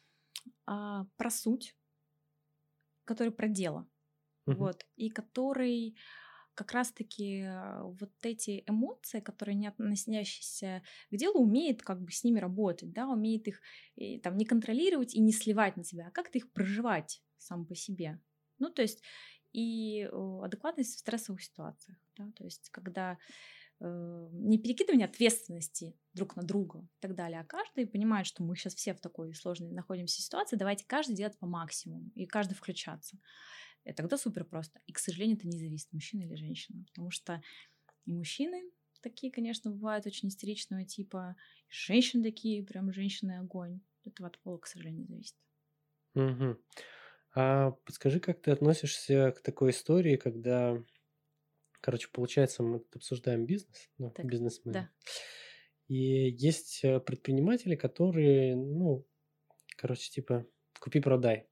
а, про суть, который про дело, Мгм. вот, и который как раз-таки а, вот эти эмоции, которые не относящиеся к делу, умеет как бы с ними работать, да, умеет их и, там не контролировать и не сливать на себя, а как-то их проживать сам по себе. Ну, то есть и э, адекватность в стрессовых ситуациях, да, то есть когда э, не перекидывание ответственности друг на друга и так далее, а каждый понимает, что мы сейчас все в такой сложной находимся ситуации, давайте каждый делать по максимуму и каждый включаться. И тогда супер просто. И, к сожалению, это не зависит, мужчина или женщина, потому что и мужчины такие, конечно, бывают очень истеричного типа, и женщины такие, прям женщины огонь. Это от пола, к сожалению, зависит. Мгм. А подскажи, как ты относишься к такой истории, когда, короче, получается, мы тут обсуждаем бизнес, ну, Так, бизнесмены. да. И есть э, предприниматели, которые, ну, короче, типа, купи-продай.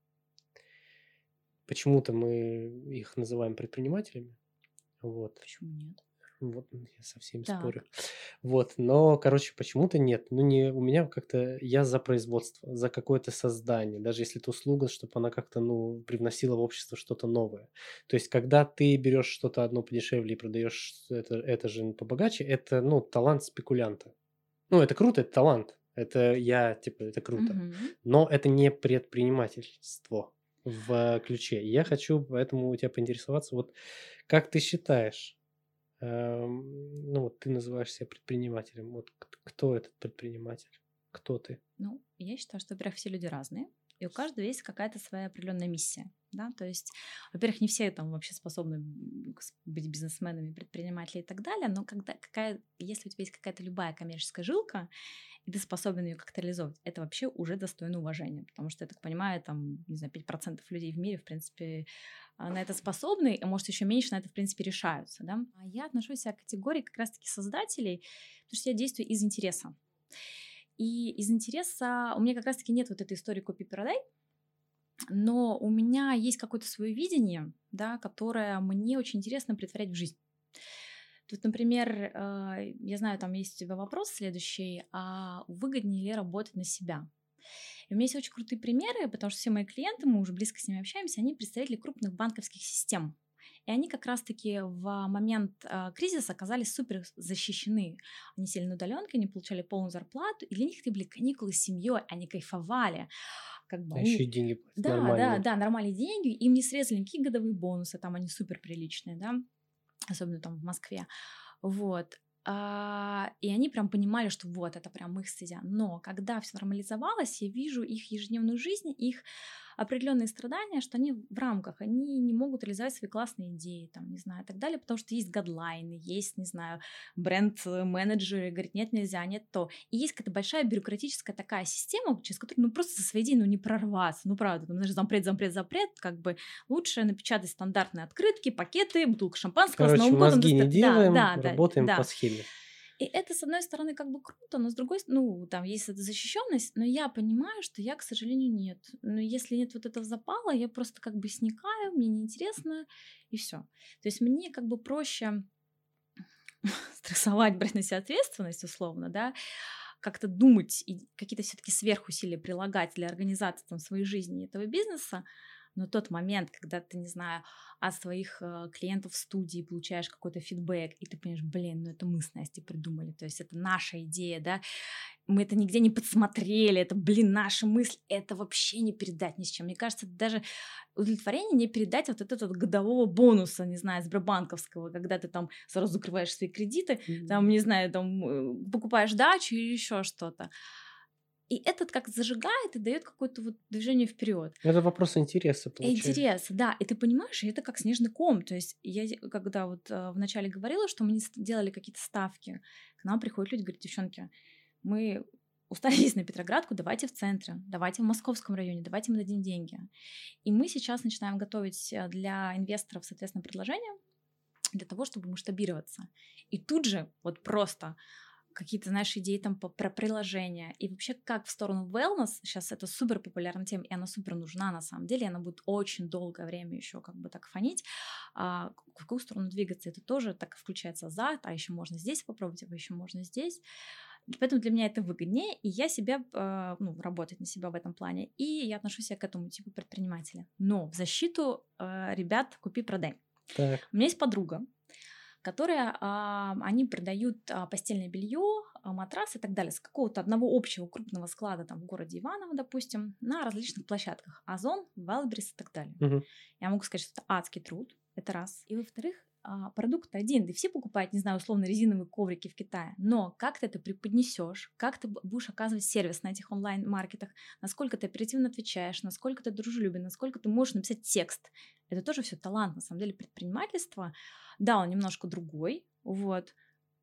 Почему-то мы их называем предпринимателями. Вот. Почему нет? Вот, м, я со всеми Так. спорю. Вот, но, короче, почему-то нет. Ну, не у меня как-то я за производство, за какое-то создание, даже если это услуга, чтобы она как-то, ну, привносила в общество что-то новое. То есть, когда ты берешь что-то одно подешевле и продаешь это, это же побогаче, это, ну, талант спекулянта. Ну, это круто, это талант. Это я, типа, это круто. Мгм. Но это не предпринимательство в ключе. И я хочу поэтому у тебя поинтересоваться, вот как ты считаешь, эм, ну, вот ты называешь себя предпринимателем. Вот к- кто этот предприниматель? Кто ты? Ну, я считаю, что, во-первых, все люди разные, и у каждого есть какая-то своя определенная миссия, да, то есть, во-первых, не все там вообще способны м, к- с- быть бизнесменами, предпринимателями и так далее, но когда какая, если у тебя есть какая-то любая коммерческая жилка, и ты способен ее как-то реализовать, это вообще уже достойно уважения, потому что, я так понимаю, там, не знаю, пять процентов людей в мире, в принципе, а, на это способны, а может, еще меньше на это, в принципе, решаются, да. А я отношусь к категории как раз-таки создателей, потому что я действую из интереса. И из интереса у меня как раз-таки нет вот этой истории купи-продай, но у меня есть какое-то свое видение, да, которое мне очень интересно претворять в жизнь. Тут, например, э, я знаю, там есть у тебя вопрос следующий, а выгоднее ли работать на себя? И у меня есть очень крутые примеры, потому что все мои клиенты, мы уже близко с ними общаемся, они представители крупных банковских систем. И они как раз-таки в момент а, кризиса оказались супер защищены. Они сели на удаленке, они получали полную зарплату, и для них это были каникулы с семьей, они кайфовали. Как бы А еще и они... деньги платят Да, да, нормальные. да, нормальные деньги, им не срезали никакие годовые бонусы, там они супер приличные, да, особенно там в Москве. Вот. А, и они прям понимали, что вот, это прям их стезя. Но когда все нормализовалось, я вижу их ежедневную жизнь, их определенные страдания, что они в рамках, они не могут реализовать свои классные идеи, там, не знаю, и так далее, потому что есть гадлайны, есть, не знаю, бренд-менеджеры, говорят, нет, нельзя, нет то. И есть какая-то большая бюрократическая такая система, через которую, ну, просто за свои идеи, ну, не прорваться, ну, правда, там, знаешь, запрет, запрет, запрет, как бы лучше напечатать стандартные открытки, пакеты, бутылка шампанского с Короче, Новым годом. мозги не доста- Да, делаем, да, да, работаем по да. схеме. И это, с одной стороны, как бы круто, но с другой, с- ну, там есть эта защищенность, но я понимаю, что я, к сожалению, нет. Но если нет вот этого запала, я просто как бы сникаю, мне неинтересно, и все. То есть мне как бы проще стрессовать, брать на себя ответственность, условно, да, как-то думать и какие-то все-таки сверхусилия прилагать для организации там, своей жизни и этого бизнеса, Но тот момент, когда ты, не знаю, от своих э, клиентов в студии получаешь какой-то фидбэк, и ты понимаешь, блин, ну это мы с Настей придумали, то есть это наша идея, да, мы это нигде не подсмотрели, это, блин, наша мысль, это вообще не передать ни с чем. Мне кажется, даже удовлетворение не передать вот этот вот годового бонуса, не знаю, сбербанковского, когда ты там сразу закрываешь свои кредиты, там, не знаю, там э, покупаешь дачу или еще что-то. И этот как зажигает и дает какое-то вот движение вперед. Это вопрос интереса, получается. Интерес, да, и ты понимаешь, и это как снежный ком. То есть я де- когда вот э, вначале говорила, что мы не с- делали какие-то ставки, к нам приходят люди, говорят, девчонки, мы устроились на Петроградку, давайте в центре, давайте в московском районе, давайте мы дадим деньги. И мы сейчас начинаем готовить э, для инвесторов, соответственно, предложения для того, чтобы масштабироваться. И тут же вот просто какие-то, знаешь, идеи там по- про приложения. И вообще, как в сторону wellness, сейчас это супер популярная тема, и она супер нужна на самом деле, и она будет очень долгое время еще как бы так фонить. А в какую сторону двигаться, это тоже так включается азарт, а еще можно здесь попробовать, а еще можно здесь. И поэтому для меня это выгоднее, и я себя, э, ну, работать на себя в этом плане, и я отношу себя к этому типу предпринимателя. Но в защиту э, ребят купи-продай. Так. У меня есть подруга, которые а, они продают а, постельное белье, а, матрасы и так далее с какого-то одного общего крупного склада там в городе Иваново, допустим, на различных площадках. Озон, Wildberries и так далее. Мгм. Я могу сказать, что это адский труд, это раз. И во-вторых, а, продукт один, да все покупают, не знаю, условно резиновые коврики в Китае, но как ты это преподнесешь, как ты б- будешь оказывать сервис на этих онлайн-маркетах, насколько ты оперативно отвечаешь, насколько ты дружелюбен, насколько ты можешь написать текст. Это тоже все талант, на самом деле, предпринимательства. Да, он немножко другой, вот,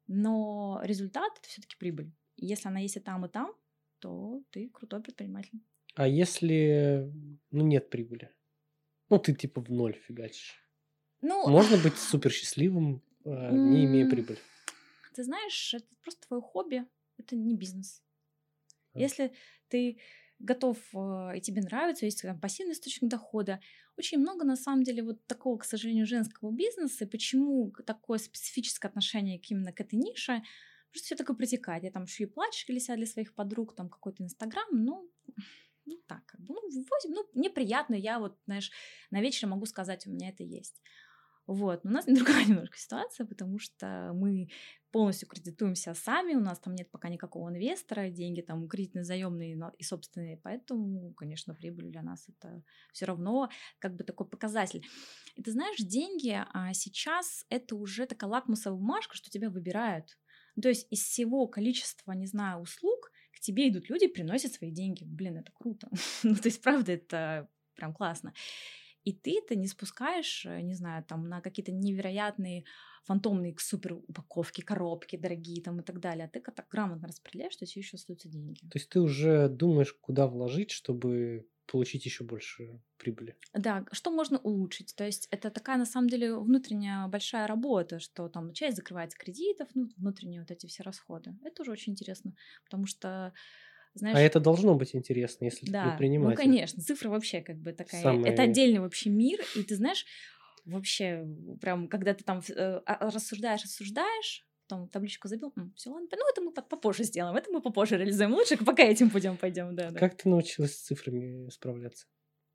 но результат — это все-таки прибыль. И если она есть и там, и там, то ты крутой предприниматель. А если, ну, нет прибыли? Ну, ты типа в ноль фигачишь. Ну, Можно быть супер счастливым, э, не имея м, прибыли? ты знаешь, это просто твое хобби, это не бизнес. А. Если ты готов э, и тебе нравится, есть там пассивный источник дохода, очень много на самом деле вот такого, к сожалению, женского бизнеса. И почему к- такое специфическое отношение к- именно к этой нише? Потому что все такое протекает. Я там шью платьишко для себя, для своих подруг, там какой-то Инстаграм, ну, ну так, как бы, ну, возим, ну, мне приятно, я вот, знаешь, на вечер могу сказать, у меня это есть. Вот. Но у нас другая немножко ситуация, потому что мы полностью кредитуемся сами, у нас там нет пока никакого инвестора, деньги там кредитные, заемные но- и собственные, поэтому, конечно, прибыль для нас это все равно как бы такой показатель. И ты знаешь, деньги а, сейчас это уже такая лакмусовая бумажка, что тебя выбирают. Ну, то есть из всего количества, не знаю, услуг к тебе идут люди, приносят свои деньги. Блин, это круто. Ну, то есть, правда, это прям классно. И ты это не спускаешь, э, не знаю, там на какие-то невероятные фантомные супер упаковки, коробки дорогие там и так далее. А ты как так грамотно распределяешь, что тебе еще остаются деньги. То есть ты уже думаешь, куда вложить, чтобы получить еще больше прибыли? Да, что можно улучшить? То есть это такая, на самом деле, внутренняя большая работа, что там часть закрывается кредитов, ну, внутренние вот эти все расходы. Это тоже очень интересно, потому что, А знаешь, это должно быть интересно, если ты да, ну, предприниматель. конечно, цифра вообще как бы такая, это Самый... отдельный вообще мир, и ты знаешь, вообще, прям, когда ты там э, а- рассуждаешь, рассуждаешь, потом табличку забил, все, ладно, ну это мы по- попозже сделаем, это мы попозже реализуем, лучше пока этим путем пойдем, да, да. Как ты научилась с цифрами справляться?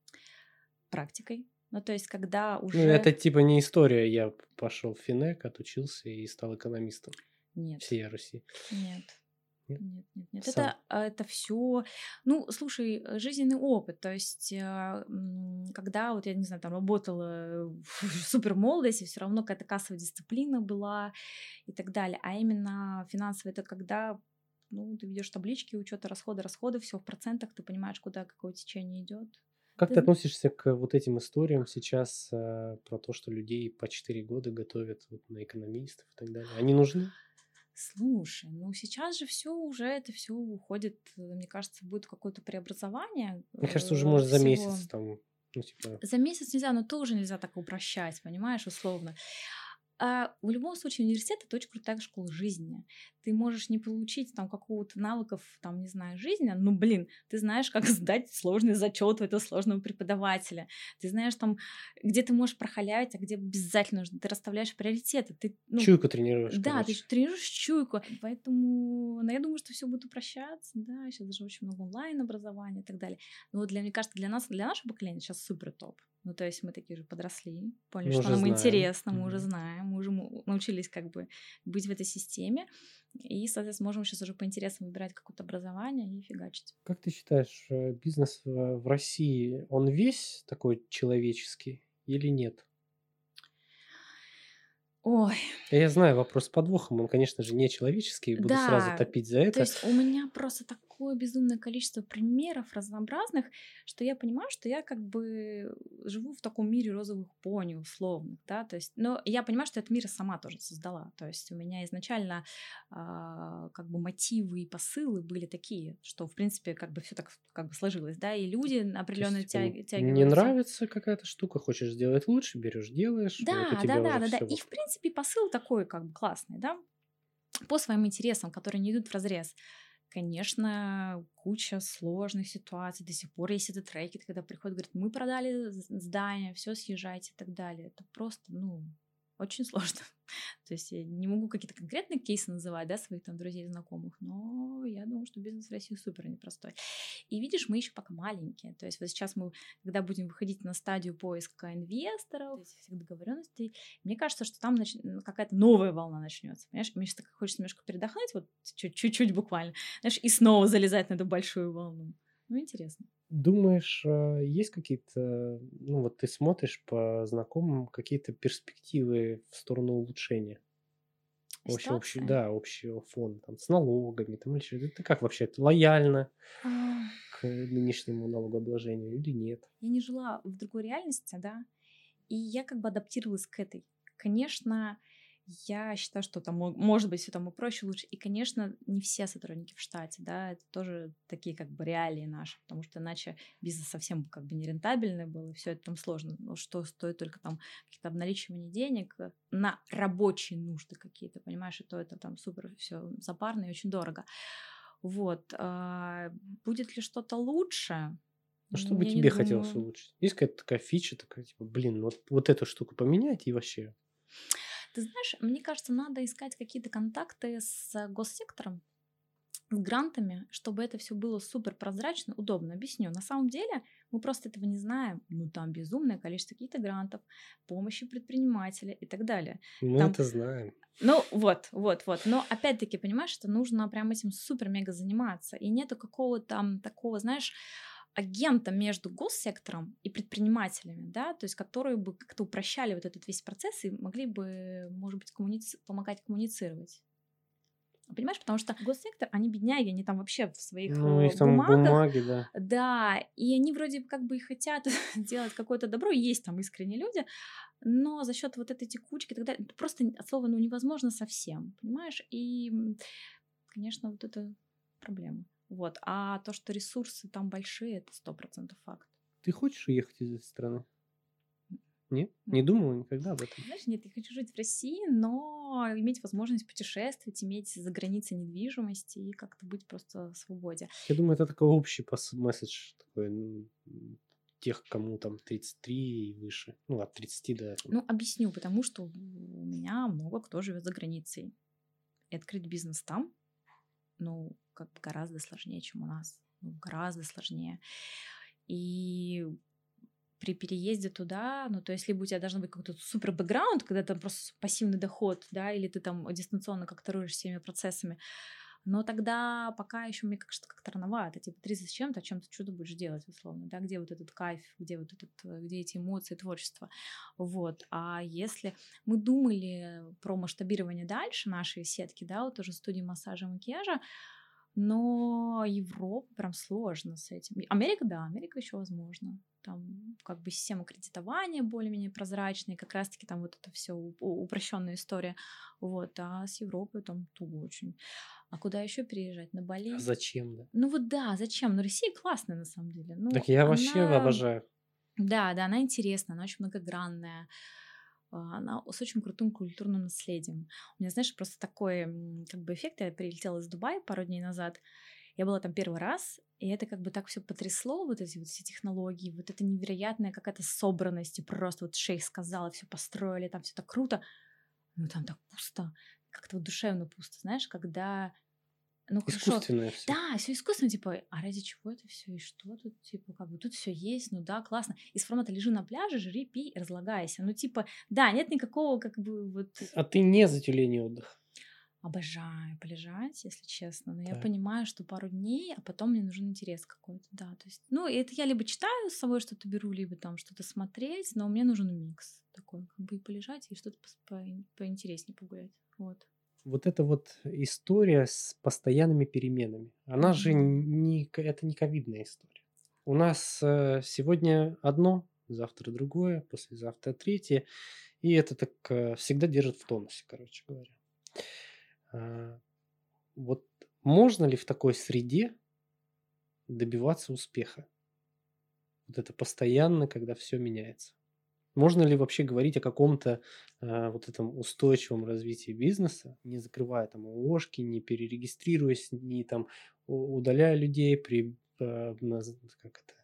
Практикой. Ну, то есть, когда Ну, уже... это типа не история. Я пошел в финек, отучился и стал экономистом Нет, всей Руси. нет. Нет? Нет, нет, нет. Сам. Это, а, это все, ну, слушай, э, жизненный опыт. То есть, а, м, когда вот я не знаю, там работала в супер молодости, все равно какая-то кассовая дисциплина была и так далее. А именно финансовый это когда, ну, ты ведешь таблички учета расхода, расходы, все в процентах, ты понимаешь, куда какое течение идет. Как Ты ты зн- относишься к вот этим историям сейчас э, про то, что людей по четыре года готовят вот на экономистов и так далее? Они нужны? Слушай, ну сейчас же все уже это все уходит, э, мне кажется, будет какое-то преобразование Мне кажется, уже э, может за всего. месяц там, ну, типа, За месяц нельзя, но тоже нельзя так упрощать, понимаешь, условно. А, в любом случае университет — это очень крутая школа жизни. Ты можешь не получить там какого-то навыков, там, не знаю, жизни, ну, блин, ты знаешь, как сдать сложный зачет у этого сложного преподавателя. Ты знаешь там, где ты можешь прохалявить, а где обязательно нужно. Ты расставляешь приоритеты. Ты, ну, Чуйку тренируешь, да, ты короче. ещё тренируешь чуйку. Поэтому, ну, я думаю, что все будет упрощаться. Да, сейчас даже очень много онлайн-образования и так далее. Но вот для, мне кажется, для нас, для нашего поколения сейчас супер топ. Ну, то есть мы такие же подросли, поняли, Мы что уже нам знаем. интересно, мы уже Мгм. знаем, мы уже му- научились как бы быть в этой системе. И, соответственно, можем сейчас уже по интересам выбирать какое-то образование и фигачить. Как ты считаешь, э, бизнес в в России, он весь такой человеческий или нет? Ой, Я знаю, вопрос с подвохом, он, конечно же, не человеческий, буду сразу да, топить за то это. есть у меня просто такое безумное количество примеров разнообразных, что я понимаю, что я как бы живу в таком мире розовых пони условных, да, то есть, но я понимаю, что этот мир я сама тоже создала, то есть у меня изначально а, как бы мотивы и посылы были такие, что в принципе как бы все так как бы сложилось, да, и люди То есть, определенно типа, н- не тягиваются. нравится какая-то штука, хочешь сделать лучше, берешь, делаешь, и вот у Да, да, тебя да, уже да, да. все И в вокруг. принципе посыл такой как бы классный, да, по своим интересам, которые не идут вразрез. Конечно, куча сложных ситуаций. До сих пор есть этот рэкет, когда приходят, говорят, мы продали з- здание, все, съезжайте и так далее. Это просто, ну, очень сложно. То есть я не могу какие-то конкретные кейсы называть, да, своих там друзей и знакомых, но я думаю, что бизнес в России супер непростой. И видишь, мы еще пока маленькие. То есть вот сейчас мы, когда будем выходить на стадию поиска инвесторов, этих всех договоренностей, мне кажется, что там нач- н- какая-то новая волна начнется. Понимаешь, мне сейчас так хочется немножко передохнуть, вот чуть- чуть-чуть буквально, знаешь, и снова залезать на эту большую волну. Ну, интересно. Думаешь, а, есть какие-то, ну вот ты смотришь по знакомым, какие-то перспективы в сторону улучшения? Вообще общий, Ситуация. да, общего фона, там, с налогами, там, или что. Ты как вообще, ты лояльна А, к нынешнему налогообложению или нет? Я не жила в другой реальности, да, и я как бы адаптировалась к этой. Конечно, я считаю, что там мо- может быть все там и проще, лучше. И, конечно, не все сотрудники в штате, да, это тоже такие как бы реалии наши, потому что иначе бизнес совсем как бы нерентабельный был, и все это там сложно. Ну, что стоит только там какие-то обналичивания денег э, на рабочие нужды какие-то, понимаешь, и то это там супер все запарно и очень дорого. Вот. а, Будет ли что-то лучше? А что бы Я не тебе хотелось думаю. улучшить? Есть какая-то такая фича, такая, типа, блин, вот, вот эту штуку поменять и вообще. Ты знаешь, мне кажется, надо искать какие-то контакты с э, госсектором, с грантами, чтобы это все было супер прозрачно, удобно. Объясню. На самом деле мы просто этого не знаем. Ну, там безумное количество каких-то грантов, помощи предпринимателя и так далее. Мы Там, это знаем. ну, вот, вот, вот. Но опять-таки, понимаешь, что нужно прям этим супер-мега заниматься. И нету какого-то там такого, знаешь, агента между госсектором и предпринимателями, да, то есть которые бы как-то упрощали вот этот весь процесс и могли бы, может быть, коммуници- помогать коммуницировать. Понимаешь, потому что госсектор, они бедняги, они там вообще в своих Ну, у э, них там бумагах, бумаги, да. да, и они вроде бы как бы и хотят делать какое-то добро, есть там искренние люди, но за счет вот этой текучки и так далее, это просто от слова ну, невозможно совсем, понимаешь? И, м, конечно, вот это проблема. Вот. А то, что ресурсы там большие, это сто процентов факт. Ты хочешь уехать из этой страны? Нет? Не М. думала никогда об этом? Знаешь, нет, я хочу жить в России, но иметь возможность путешествовать, иметь за границей недвижимость и как-то быть просто в свободе. Я думаю, это такой общий пос- месседж такой, ну, м, тех, кому там тридцать три и выше. Ну, от тридцати до там. Ну, объясню, потому что у меня много кто живет за границей. И открыть бизнес там, ну, как бы гораздо сложнее, чем у нас. Ну, гораздо сложнее. И при переезде туда, ну, то есть либо у тебя должен быть какой-то супер бэкграунд, когда там просто пассивный доход, да, или ты там дистанционно как-то рулишь всеми процессами, но тогда пока еще мне кажется как-то рановато, типа тридцать с чем-то, о чем ты что-то будешь делать, условно, да, где вот этот кайф, где вот этот, э, где эти эмоции, творчество, вот. А если мы думали про масштабирование дальше нашей сетки, да, вот тоже студии массажа и макияжа, но Европа прям сложно с этим. Америка, да, Америка еще возможно. Там как бы система кредитования более-менее прозрачная, как раз-таки там вот это все упрощенная история. Вот, а с Европой там туго очень. А куда еще переезжать? На А Бали? зачем, да? Ну вот да, зачем? Ну Россия классная на самом деле. Так Ну я вообще она, обожаю. да, да, она интересная, она очень многогранная. а, она с очень крутым культурным наследием. У меня, знаешь, просто такой м, как бы эффект. Я прилетела из Дубая пару дней назад. Я была там первый раз, и это как бы так все потрясло, вот эти вот все технологии, вот эта невероятная какая-то собранность, и просто вот шейх сказал, и все построили, там все так круто. Ну там так пусто, как-то вот душевно пусто, знаешь, когда, ну хорошо, Искусственное все. да, все искусственно, типа, а ради чего это все и что тут, типа, как бы тут все есть, ну да, классно. Из формата лежи на пляже, жри, пей, разлагайся. Ну типа, да, нет никакого как бы вот. А ты не за тюлень отдых. Обожаю полежать, если честно, но я Так. понимаю, что пару дней, а потом мне нужен интерес какой-то, да, то есть, ну, и это я либо читаю с собой что-то беру, либо там что-то смотреть, но мне нужен микс такой, как бы и полежать, и что-то пос- по- поинтереснее погулять, вот. Вот эта вот история с постоянными переменами, она же Мгм. не, к- это не ковидная история. У нас э, сегодня одно, завтра другое, послезавтра третье, и это так э, всегда держит в тонусе, короче говоря. А, вот можно ли в такой среде добиваться успеха? Вот это постоянно, когда все меняется. Можно ли вообще говорить о каком-то а, вот этом устойчивом развитии бизнеса, не закрывая там ООшки, не перерегистрируясь, не там у- удаляя людей при а, наз- как это,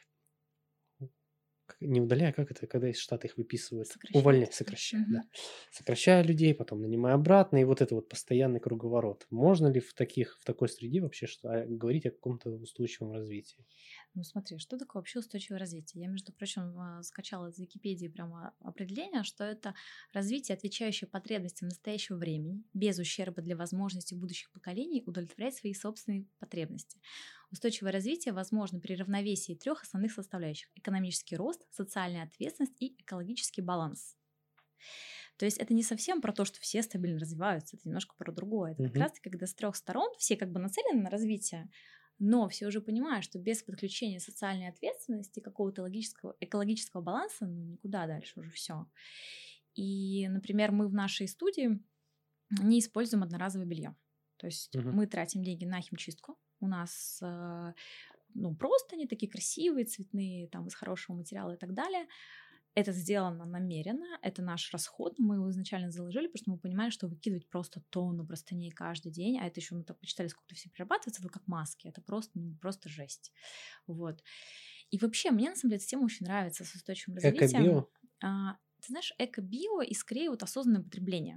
к- не удаляя, как это, когда из штата их выписывают, увольняя, Сокращать. сокращая, да, Мгм. сокращая людей, потом нанимая обратно, и вот это вот постоянный круговорот. Можно ли в таких, в такой среде вообще что, а, говорить о каком-то устойчивом развитии? Ну, смотри, что такое вообще устойчивое развитие? Я, между прочим, а, скачала из Википедии прямо определение, что это развитие, отвечающее потребностям настоящего времени, без ущерба для возможностей будущих поколений удовлетворять свои собственные потребности. Устойчивое развитие возможно при равновесии трех основных составляющих: экономический рост, социальная ответственность и экологический баланс. То есть это не совсем про то, что все стабильно развиваются, это немножко про другое. Это как Мгм. раз-таки, когда с трех сторон все как бы нацелены на развитие, но все уже понимают, что без подключения социальной ответственности, какого-то логического, экологического баланса, ну никуда дальше уже все. И, например, мы в нашей студии не используем одноразовое белье. То есть Мгм. мы тратим деньги на химчистку. У нас э, ну, просто они такие красивые, цветные, там, из хорошего материала и так далее. Это сделано намеренно, это наш расход, мы его изначально заложили, потому что мы понимали, что выкидывать просто тонну простыней каждый день, а это еще мы так почитали, сколько это все перерабатывается, это как маски, это просто, ну, просто жесть. Вот. И вообще, мне на самом деле эта тема очень нравится с устойчивым Эко-био? развитием. А, ты знаешь, эко-био и скорее вот осознанное потребление.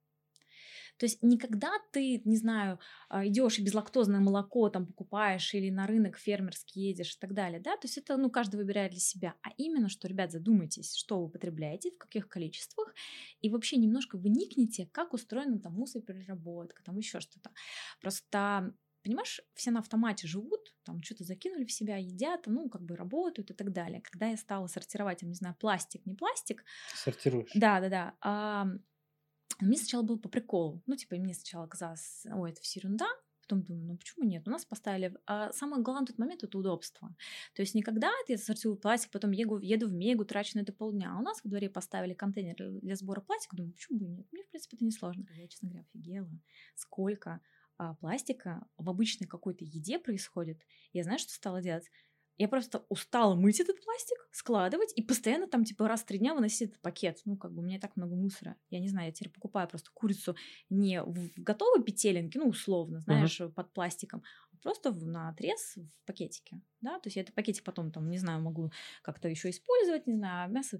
То есть никогда ты, не знаю, а, идешь и безлактозное молоко там покупаешь или на рынок фермерский едешь и так далее, да, то есть это, ну, каждый выбирает для себя, а именно, что, ребят, задумайтесь, что вы потребляете, в каких количествах, и вообще немножко вникните, как устроена там мусоропереработка, там еще что-то. Просто понимаешь, все на автомате живут, там что-то закинули в себя, едят, ну, как бы работают и так далее. Когда я стала сортировать, там, не знаю, пластик, не пластик, Ты сортируешь. да-да-да, а, мне сначала было по приколу. Ну, типа, и мне сначала казалось, ой, это все ерунда. Потом думаю, ну почему нет? У нас поставили. А самое главное в тот момент это удобство. То есть никогда я сортирую пластик, потом еду, еду в Мегу, трачу на это полдня. А у нас во дворе поставили контейнер для сбора пластика. Думаю, почему бы и нет? Мне, в принципе, это не сложно. Я, честно говоря, офигела, сколько а, пластика в обычной какой-то еде происходит. Я знаю, что стала делать? Я просто устала мыть этот пластик, складывать и постоянно там типа раз в три дня выносить этот пакет. Ну, как бы у меня и так много мусора. Я не знаю, я теперь покупаю просто курицу не в в готовой петелинке, ну, условно, Мгм. знаешь, э, под пластиком, а просто в- на отрез в пакетике, да, то есть я этот пакетик потом там, не знаю, могу как-то еще использовать, не знаю, мясо.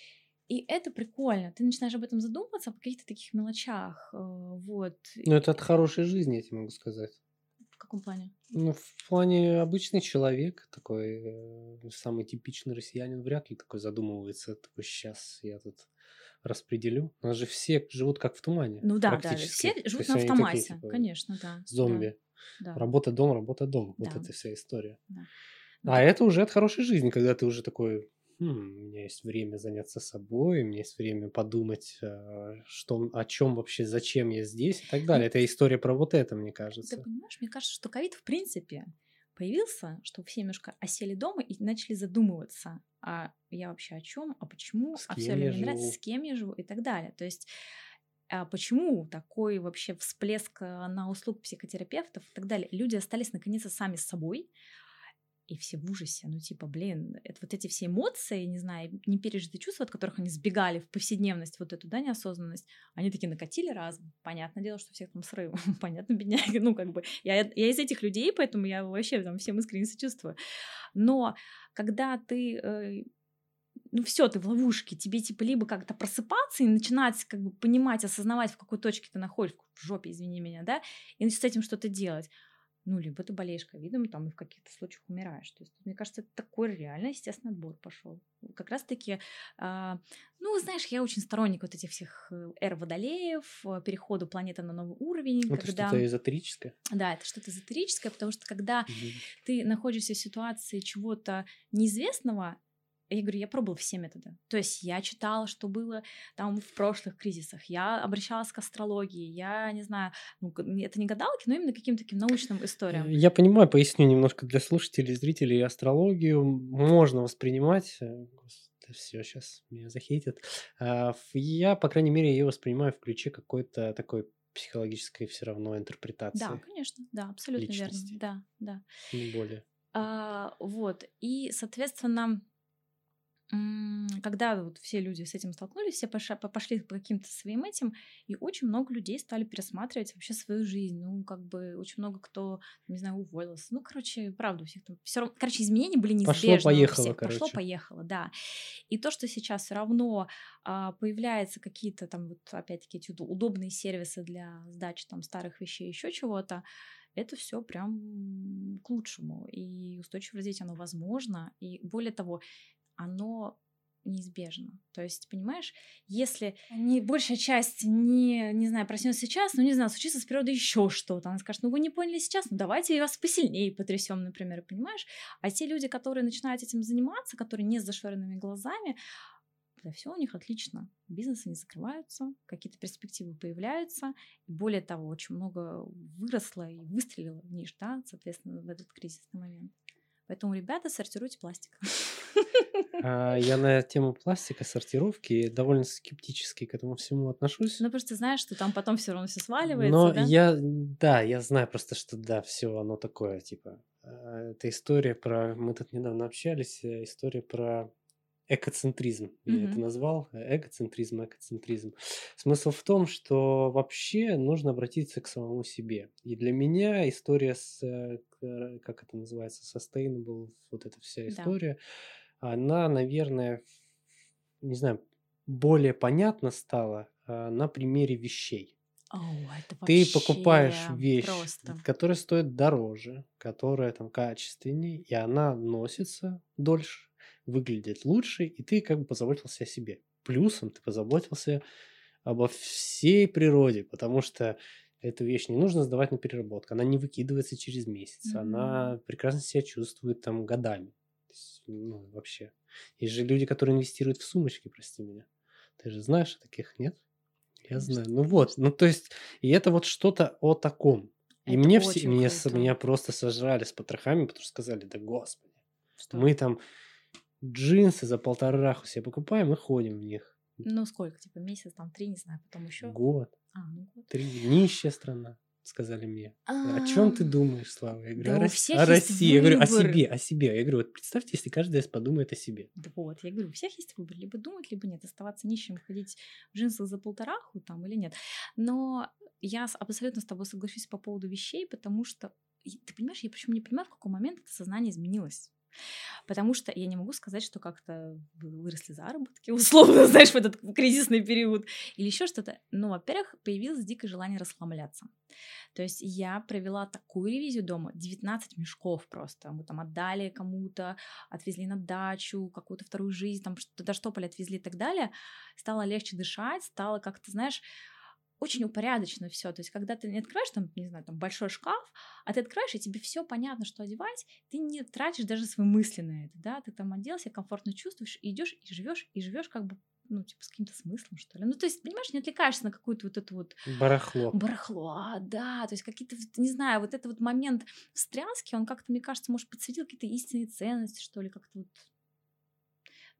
И это прикольно. Ты начинаешь об этом задумываться, о каких-то таких мелочах, э, вот. Ну, это И- от хорошей жизни, я тебе могу сказать. В каком плане? Ну, в плане обычный человек, такой э, самый типичный россиянин, вряд ли такой задумывается, такой, сейчас я тут распределю. У нас же все живут как в тумане Ну да, да, да, все практически. То живут есть на они такие, автомате, типа, конечно, да, да, зомби. да, Работа, дом, работа, дом. Вот да, эта вся история. да. Ну А так это уже от хорошей жизни, когда ты уже такой, «Хм, у меня есть время заняться собой, у меня есть время подумать, э, что, о чем вообще, зачем я здесь и так далее. ну, Это история про вот это, мне ты кажется. понимаешь, мне кажется, что ковид в принципе появился, что все немножко осели дома и начали задумываться, а я вообще о чем, а почему, С а все кем ли я мне нравится, с живу? кем я живу и так далее. То есть а почему такой вообще всплеск э, на услуг психотерапевтов и так далее? Люди остались наконец-то сами с собой, И все в ужасе, ну типа, блин, это вот эти все эмоции, не знаю, непережитые чувства, от которых они сбегали в повседневность, вот эту, да, неосознанность, они такие накатили разом. Понятное дело, что у всех там срыв, понятно, бедняги, ну как бы, я, я из этих людей, поэтому я вообще там всем искренне сочувствую. Но когда ты... Э, ну все, ты в ловушке, тебе типа либо как-то просыпаться и начинать как бы понимать, осознавать, в какой точке ты находишься, в жопе, извини меня, да, и начать с этим что-то делать. Ну, либо ты болеешь ковидом, там, и в каких-то случаях умираешь. То есть, мне кажется, это такой реально естественный отбор пошел. Как раз-таки, а, ну, знаешь, я очень сторонник вот этих всех эр водолеев, переходу планеты на новый уровень. Это когда... что-то эзотерическое? Да, это что-то эзотерическое, потому что когда Мгм. ты находишься в ситуации чего-то неизвестного, я говорю, я пробовала все методы. То есть я читала, что было там в прошлых кризисах, я обращалась к астрологии, я не знаю, ну, это не гадалки, но именно каким-то таким научным историям. Я понимаю, поясню немножко для слушателей, зрителей. Астрологию можно воспринимать... Все, сейчас меня захейтят. А, ф- Я, по крайней мере, ее воспринимаю в ключе какой-то такой психологической все равно Да, интерпретации конечно, да, абсолютно верно, личности, да, да. не более. А, вот, и, соответственно, м, когда вот все люди с этим столкнулись, все поша- по- пошли по каким-то своим этим, и очень много людей стали пересматривать вообще свою жизнь. Ну, как бы очень много кто, не знаю, уволился. Ну, короче, правда, у всех там все равно, короче, изменения были неизбежны у Пошло-поехало, всех. короче. Пошло-поехало, да. И то, что сейчас все равно а, появляются какие-то там вот опять-таки эти уд- удобные сервисы для сдачи там старых вещей, еще чего-то, это все прям к лучшему. И устойчивое развитие, оно возможно. И более того, оно неизбежно. То есть, понимаешь, если не большая часть не, не знаю, проснется сейчас, ну, не знаю, случится с природой еще что-то. Она скажет, ну, вы не поняли сейчас, ну, давайте вас посильнее потрясем, например, понимаешь? А те люди, которые начинают этим заниматься, которые не с зашоренными глазами, да, все у них отлично. Бизнесы не закрываются, какие-то перспективы появляются. И более того, очень много выросло и выстрелило ниш, да, соответственно, в этот кризисный момент. Поэтому, ребята, сортируйте пластик. А, Я на тему пластика, сортировки довольно скептически к этому всему отношусь. Ну, просто знаешь, что там потом все равно все сваливается, Но да? я, да, я знаю просто, что да, все оно такое, типа, а, это история про, мы тут недавно общались, э, история про экоцентризм, я это Мгм. назвал, э, эгоцентризм, экоцентризм. Смысл в том, что вообще нужно обратиться к самому себе. И для меня история с, э, к- как это называется, sustainable, вот эта вся Да. история, она, наверное, не знаю, более понятна стала а, на примере вещей. О, это Ты покупаешь вообще вещь, просто. которая стоит дороже, которая там качественнее, и она носится дольше, выглядит лучше, и ты как бы позаботился о себе. Плюсом ты позаботился обо всей природе, потому что эту вещь не нужно сдавать на переработку, она не выкидывается через месяц, Мгм. она прекрасно себя чувствует там годами. То есть, ну, вообще. Есть же люди, которые инвестируют в сумочки, прости меня. Ты же знаешь о таких, нет? Я Конечно, знаю. Ну вот, конечно. ну то есть, и это вот что-то о таком. И Это мне все, очень мне, с- круто. меня просто сожрали с потрохами, потому что сказали, да господи, Что? мы там джинсы за полтораху себе покупаем и ходим в них. Ну, сколько? Типа месяц, там, три, не знаю, потом еще. Год, А, ну вот. три, нищая страна, сказали мне. О чем ты Ам, думаешь, Слава? Я говорю, Да о, у Рос- о всех есть России. Я говорю, о выбор. себе, о себе. Я говорю, вот представьте, если каждый из подумает о себе. Да вот, я говорю, у всех есть выбор, либо думать, либо нет, оставаться нищим, ходить в джинсах за полтораху там или нет. Но я с- абсолютно с тобой соглашусь по поводу вещей, потому что, и ты понимаешь, я причем не понимаю, в какой момент это сознание изменилось. Потому что я не могу сказать, что как-то вы- выросли заработки, условно, знаешь, в этот кризисный период, или еще что-то. Но, во-первых, появилось дикое желание расхламляться. То есть я провела такую ревизию дома, девятнадцать мешков просто. Мы там отдали кому-то, отвезли на дачу, какую-то вторую жизнь, там что-то доштопали, отвезли и так далее. Стало легче дышать, стало как-то, знаешь, очень упорядочено все. То есть, когда ты не открываешь там, не знаю, там большой шкаф, а ты открываешь, и тебе все понятно, что одевать, ты не тратишь даже свои мысли на это, да, ты там оделся, комфортно чувствуешь, и идешь и живешь, и живешь как бы, ну, типа, с каким-то смыслом, что ли. Ну, то есть, понимаешь, не отвлекаешься на какую-то вот эту вот Барахло. барахло, а, да, то есть какие-то, вот, не знаю, вот этот вот момент встряски, он как-то, мне кажется, может, подсветил какие-то истинные ценности, что ли, как-то вот.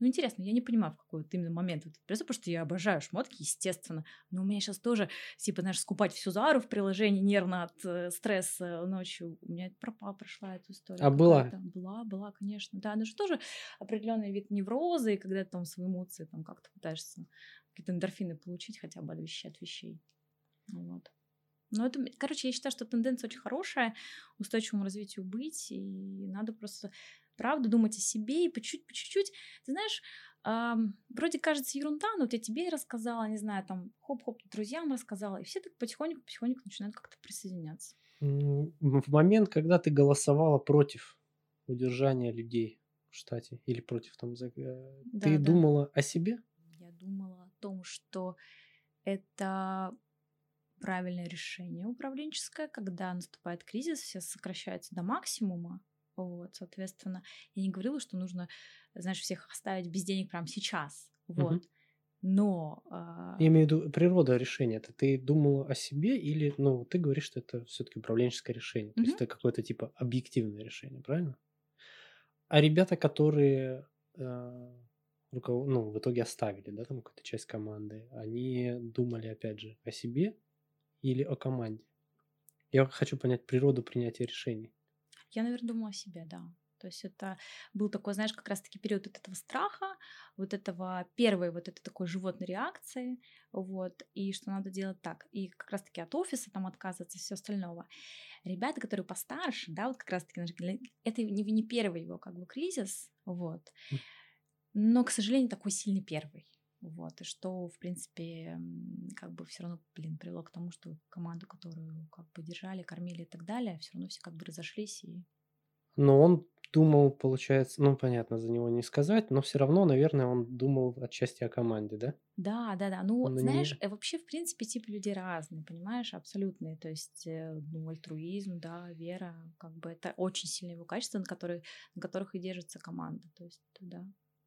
Ну, интересно, я не понимаю, в какой вот именно момент вот это произошло, потому что я обожаю шмотки, естественно, но у меня сейчас тоже, типа, знаешь, скупать всю Зару в приложении нервно от э, стресса ночью. У меня это пропала, прошла эта история А была? какая-то. Была, была, конечно. Да, но же тоже определенный вид невроза, и когда ты там свои эмоции там как-то пытаешься какие-то эндорфины получить хотя бы от вещей, от вещей. Вот. Но это, короче, я считаю, что тенденция очень хорошая, устойчивому развитию быть, и надо просто, правда, думать о себе и по чуть-чуть, по чуть-чуть. Ты знаешь, ам, вроде кажется ерунда, но вот я тебе рассказала, не знаю, там, хоп-хоп, друзьям рассказала, и все так потихоньку-потихоньку начинают как-то присоединяться. М, В момент, когда ты голосовала против удержания людей в штате или против там, за- э, ты Да, да. думала о себе? Я думала о том, что это правильное решение управленческое, когда наступает кризис, все сокращаются до максимума. Вот, соответственно, я не говорила, что нужно, знаешь, всех оставить без денег прямо сейчас. Мгм. Вот. Но Я а, имею в виду природа решения. Это ты думала о себе или, ну, ты говоришь, что это все-таки управленческое решение, то есть мгм, это какое-то типа объективное решение, правильно? А ребята, которые э, руков- ну, в итоге оставили, да, там какую-то часть команды, они думали, опять же, о себе или о команде? Я хочу понять природу принятия решений. я, наверное, думала о себе, да. То есть это был такой, знаешь, как раз-таки период вот этого страха, вот этого первой вот этой такой животной реакции, вот, и что надо делать так. И как раз-таки от офиса там отказываться, все остального. Ребята, которые постарше, да, вот как раз-таки, знаешь, для- это не, не первый его как бы кризис, вот, М. но, к сожалению, такой сильный первый. Вот, и что, в принципе, м, как бы все равно, блин, привело к тому, что команду, которую как бы держали, кормили и так далее, все равно все как бы разошлись. И Но он думал, получается, ну, понятно, за него не сказать, но все равно, наверное, он думал отчасти о команде, да? да, да, да. Ну, Он знаешь, не... э, вообще, в принципе, тип людей разный, понимаешь, абсолютные. То есть, э, ну, альтруизм, да, вера, как бы это очень сильные его качества, на, которые, на которых и держится команда. То есть, да.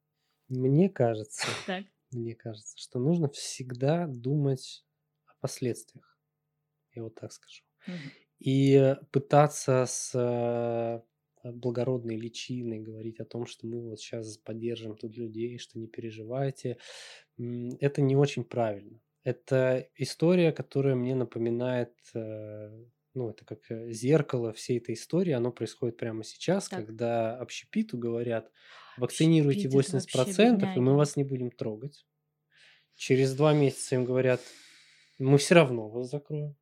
Мне кажется, Так. мне кажется, что нужно всегда думать о последствиях, я вот так скажу. Мгм. И пытаться с э, благородной личиной говорить о том, что мы вот сейчас поддержим тут людей, что не переживайте, м, это не очень правильно. Это история, которая мне напоминает, э, ну, это как э, зеркало всей этой истории, оно происходит прямо сейчас, Так. когда общепиту говорят, вакцинируйте Общепит — это вообще восемьдесят процентов, и мы бедняги. вас не будем трогать. Через два месяца им говорят, мы все равно вас закроем.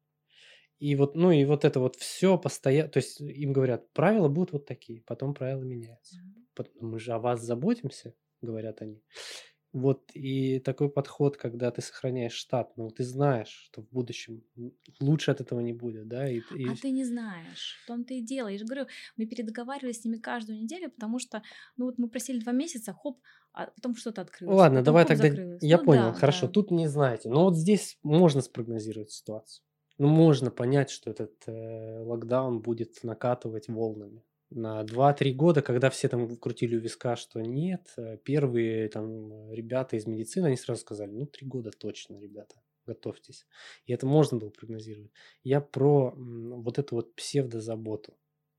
И вот, ну, и вот это вот все постоянно, то есть им говорят: "Правила будут вот такие". Потом правила меняются. Да. Пот "Мы же о вас заботимся", говорят они. Вот и такой подход, когда ты сохраняешь штат, но ты знаешь, что в будущем, м, лучше от этого не будет, да, и т А и ты не знаешь. В том-то и дело. Я же говорю, мы передоговаривались с ними каждую неделю, потому что, ну вот мы просили два месяца, хоп, а потом что-то открылось, ладно, потом давай хоп, тогда закрылось. я Ну понял, да, хорошо, да. тут не знаете. Но вот здесь можно спрогнозировать ситуацию. Ну, можно понять, что этот, э, локдаун будет накатывать волнами на два-три года, когда все там крутили у виска, что нет. Э, первые там э, ребята из медицины, они сразу сказали: "Ну, три года точно, ребята, готовьтесь". И это можно было прогнозировать. Я про, м, вот эту вот псевдозаботу.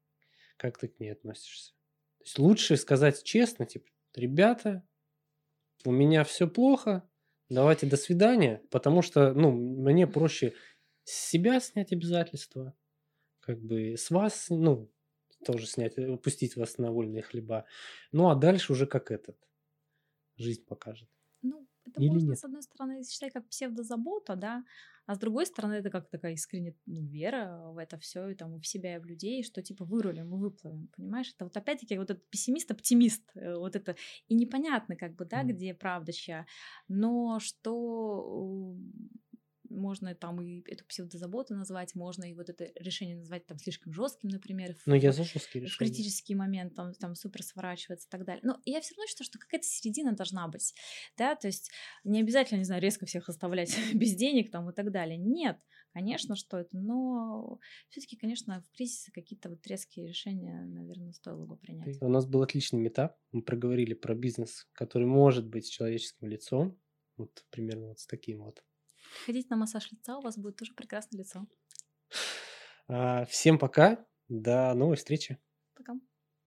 Как ты к ней относишься? То есть лучше сказать честно, типа: "Ребята, у меня все плохо, давайте до свидания", потому что, ну, мне проще с себя снять обязательства, как бы с вас, ну, тоже снять, э, пустить вас на вольные хлеба. Ну, а дальше уже как этот, жизнь покажет. Ну, это Или можно, нет? с одной стороны, считать как псевдозабота, да, а с другой стороны, это как такая искренняя, ну, вера в это все и там, и в себя, и в людей, что типа вырулим, мы выплывем, понимаешь? Это вот опять-таки вот этот пессимист-оптимист, э, вот это, и непонятно как бы, да, М. где правда чья, но что э, можно там и эту псевдозаботу назвать, можно и вот это решение назвать там слишком жестким, например, Но я в за жесткие в решения. критический момент там, там супер сворачиваться и так далее. Но я все равно считаю, что какая-то середина должна быть, да, то есть не обязательно, не знаю, резко всех оставлять без денег там и так далее. Нет, конечно, что это, но все-таки, конечно, в кризисе какие-то вот резкие решения, наверное, стоило бы Ты принять. У нас был отличный метап. Мы проговорили про бизнес, который может быть с человеческим лицом. Вот примерно вот с таким вот. Приходите на массаж лица, у вас будет тоже прекрасное лицо. А, всем пока. До новой встречи.